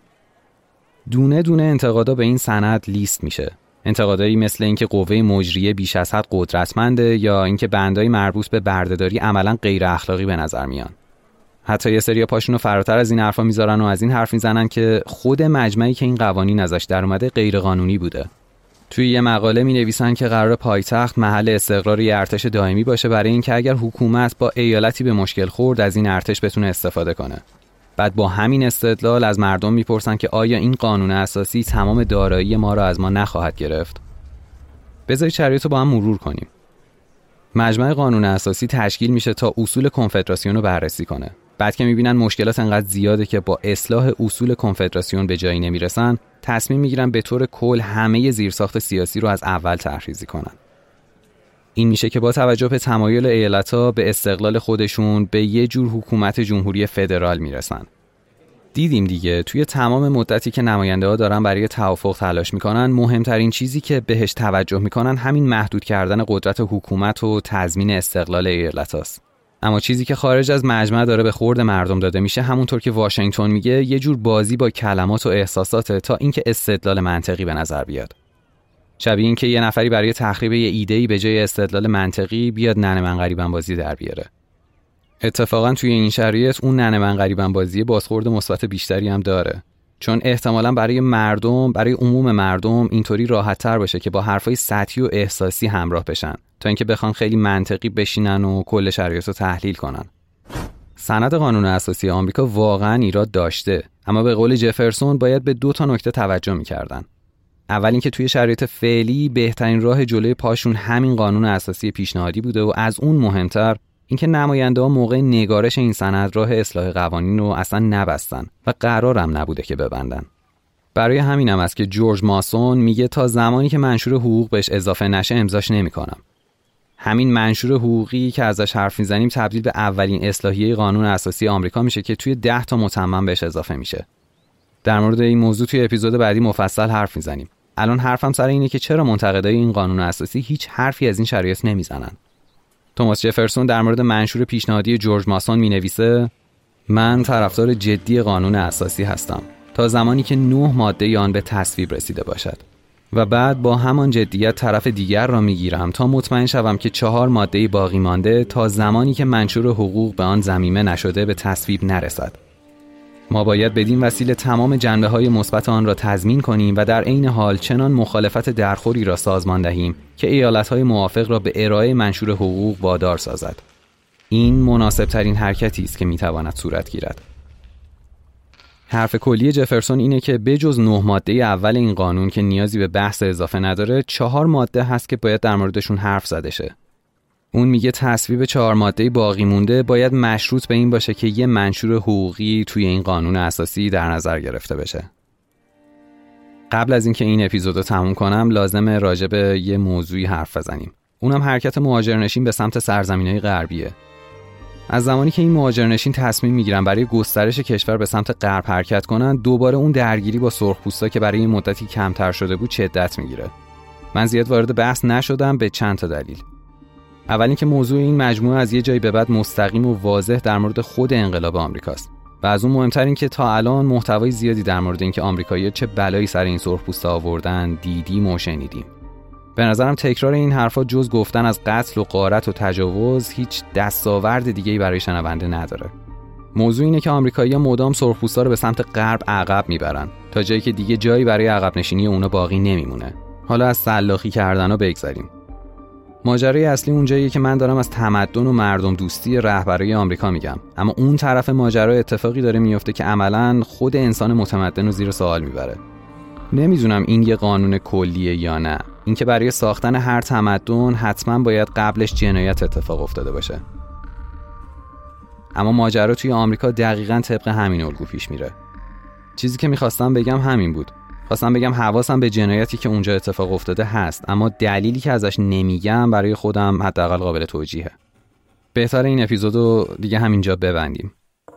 دونه دونه انتقادا به این سند لیست میشه. انتقادایی مثل اینکه قوه مجریه بیش از حد قدرتمنده یا اینکه بندای مربوط به بردهداری عملاً غیر اخلاقی به نظر میان. حتی یه سری پاشونو فراتر از این حرفا میذارن و از این حرف میزنن که خود مجمعی که این قوانین ازش در اومده غیر قانونی بوده. توی یه مقاله می‌نویسن که قرار پایتخت محل استقرار یه ارتش دائمی باشه برای اینکه اگر حکومت با ایالتی به مشکل خورد از این ارتش بتونه استفاده کنه. بعد با همین استدلال از مردم میپرسن که آیا این قانون اساسی تمام دارایی ما را از ما نخواهد گرفت؟ بذارید شرایط رو با هم مرور کنیم. مجمع قانون اساسی تشکیل میشه تا اصول کنفدراسیون رو بررسی کنه. بعد که میبینن مشکلات انقدر زیاده که با اصلاح اصول کنفدراسیون به جایی نمیرسن، تصمیم میگیرن به طور کل همه زیرساخت سیاسی رو از اول طرحریزی کنن. این میشه که با توجه به تمایل ایالت‌ها به استقلال خودشون به یه جور حکومت جمهوری فدرال میرسن. دیدیم دیگه توی تمام مدتی که نماینده‌ها دارن برای توافق تلاش میکنن، مهمترین چیزی که بهش توجه میکنن همین محدود کردن قدرت حکومت و تضمین استقلال ایالت‌هاست. اما چیزی که خارج از مجمع داره به خورد مردم داده میشه همونطور که واشنگتن میگه یه جور بازی با کلمات و احساساته تا اینکه استدلال منطقی به نظر بیاد. شبیه این که یه نفری برای تخریب یه ایده‌ای به جای استدلال منطقی بیاد ننه من غریبم بازی در بیاره. اتفاقا توی این شرایط اون ننه من غریبم بازی بازخورد مثبت بیشتری هم داره، چون احتمالاً برای عموم مردم اینطوری راحت‌تر باشه که با حرفای سطحی و احساسی همراه بشن تا اینکه بخوان خیلی منطقی بشینن و کل شرایط رو تحلیل کنن. سند قانون اساسی آمریکا واقعاً ایراد داشته، اما به قول جفرسون باید به 2 نکته توجه می‌کردن. اول اینکه توی شرایط فعلی بهترین راه جلوی پاشون همین قانون اساسی پیشنهادی بوده و از اون مهمتر اینکه نماینده‌ها موقع نگارش این سند راه اصلاح قوانین رو اصلا نبستن و قرارم نبوده که ببندن. برای همینم است که جورج ماسون میگه تا زمانی که منشور حقوق بهش اضافه نشه امضاش نمی‌کنم. همین منشور حقوقی که ازش حرف میزنیم تبدیل به اولین اصلاحیه قانون اساسی آمریکا میشه که توی 10 تا متمم بهش اضافه میشه. در مورد این موضوع توی اپیزود بعدی مفصل حرف میزنیم. الان حرفم سر اینه که چرا منتقدای این قانون اساسی هیچ حرفی از این شرایط نمیزنن. توماس جفرسون در مورد منشور پیشنهادی جورج ماسون مینویسه من طرفدار جدی قانون اساسی هستم تا زمانی که 9 ماده آن به تصویب رسیده باشد و بعد با همان جدیت طرف دیگر را میگیرم تا مطمئن شوم که 4 ماده باقی مانده تا زمانی که منشور حقوق به آن ضمیمه نشده به تصویب نرسد. ما باید بدین وسیله تمام جنبه‌های مثبت آن را تضمین کنیم و در عین حال چنان مخالفت درخوری را سازمان دهیم که ایالت‌های موافق را به ارائه منشور حقوق وادار سازد. این مناسب‌ترین حرکتی است که می‌تواند صورت گیرد. حرف کلی جفرسون اینه که بجز 9 ماده اول این قانون که نیازی به بحث اضافه نداره، 4 ماده هست که باید در موردشون حرف زده شه. اون میگه تصویب 4 ماده باقی مونده باید مشروط به این باشه که یه منشور حقوقی توی این قانون اساسی در نظر گرفته بشه. قبل از اینکه این اپیزودو تموم کنم لازمه راجع به یه موضوعی حرف بزنیم. اونم حرکت مهاجرنشین به سمت سرزمین‌های غربیه. از زمانی که این مهاجرنشین تصمیم میگیرن برای گسترش کشور به سمت غرب حرکت کنن، دوباره اون درگیری با سرخپوستا که برای این مدتی کمتر شده بود شدت میگیره. من زیاد وارد بحث نشدم به چند تا دلیل. اول اینکه موضوع این مجموعه از یه جایی به بعد مستقیم و واضح در مورد خود انقلاب آمریکاست و از اون مهمتر این که تا الان محتوای زیادی در مورد اینکه آمریکایی‌ها چه بلایی سر این سرخپوستا آوردن دیدیم و شنیدیم. به نظرم تکرار این حرفا جز گفتن از قتل و غارت و تجاوز هیچ دستاورد دیگه‌ای برای شنونده نداره. موضوع اینه که آمریکایی‌ها مدام سرخپوستا رو به سمت غرب عقب میبرن تا جایی که دیگه جایی برای عقب نشینی اونا باقی نمیمونه. حالا از سلاخی کردنو بگذاریم. ماجرای اصلی اونجاییه که من دارم از تمدن و مردم دوستی رهبرای آمریکا میگم، اما اون طرف ماجرا اتفاقی داره میفته که عملاً خود انسان متمدن رو زیر سوال میبره. نمیدونم این یه قانون کلیه یا نه. اینکه برای ساختن هر تمدن حتما باید قبلش جنایت اتفاق افتاده باشه. اما ماجرا توی آمریکا دقیقاً طبق همین الگو پیش میره. چیزی که میخواستم بگم همین بود. خواستم بگم حواسم به جنایتی که اونجا اتفاق افتاده هست، اما دلیلی که ازش نمیگم برای خودم حداقل قابل توجیهه. بهتر این اپیزودو دیگه همینجا ببندیم.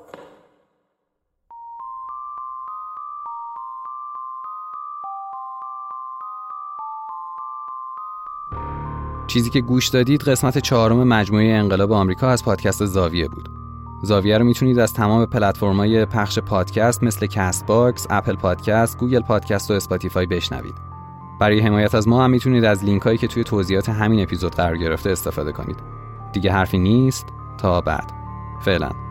چیزی که گوش دادید قسمت 4 مجموعه انقلاب آمریکا از پادکست زاویه بود. زاویه رو میتونید از تمام پلتفرم‌های پخش پادکست مثل کست باکس، اپل پادکست، گوگل پادکست و اسپاتیفای بشنوید. برای حمایت از ما هم میتونید از لینک‌هایی که توی توضیحات همین اپیزود قرار گرفته استفاده کنید. دیگه حرفی نیست، تا بعد. فعلا.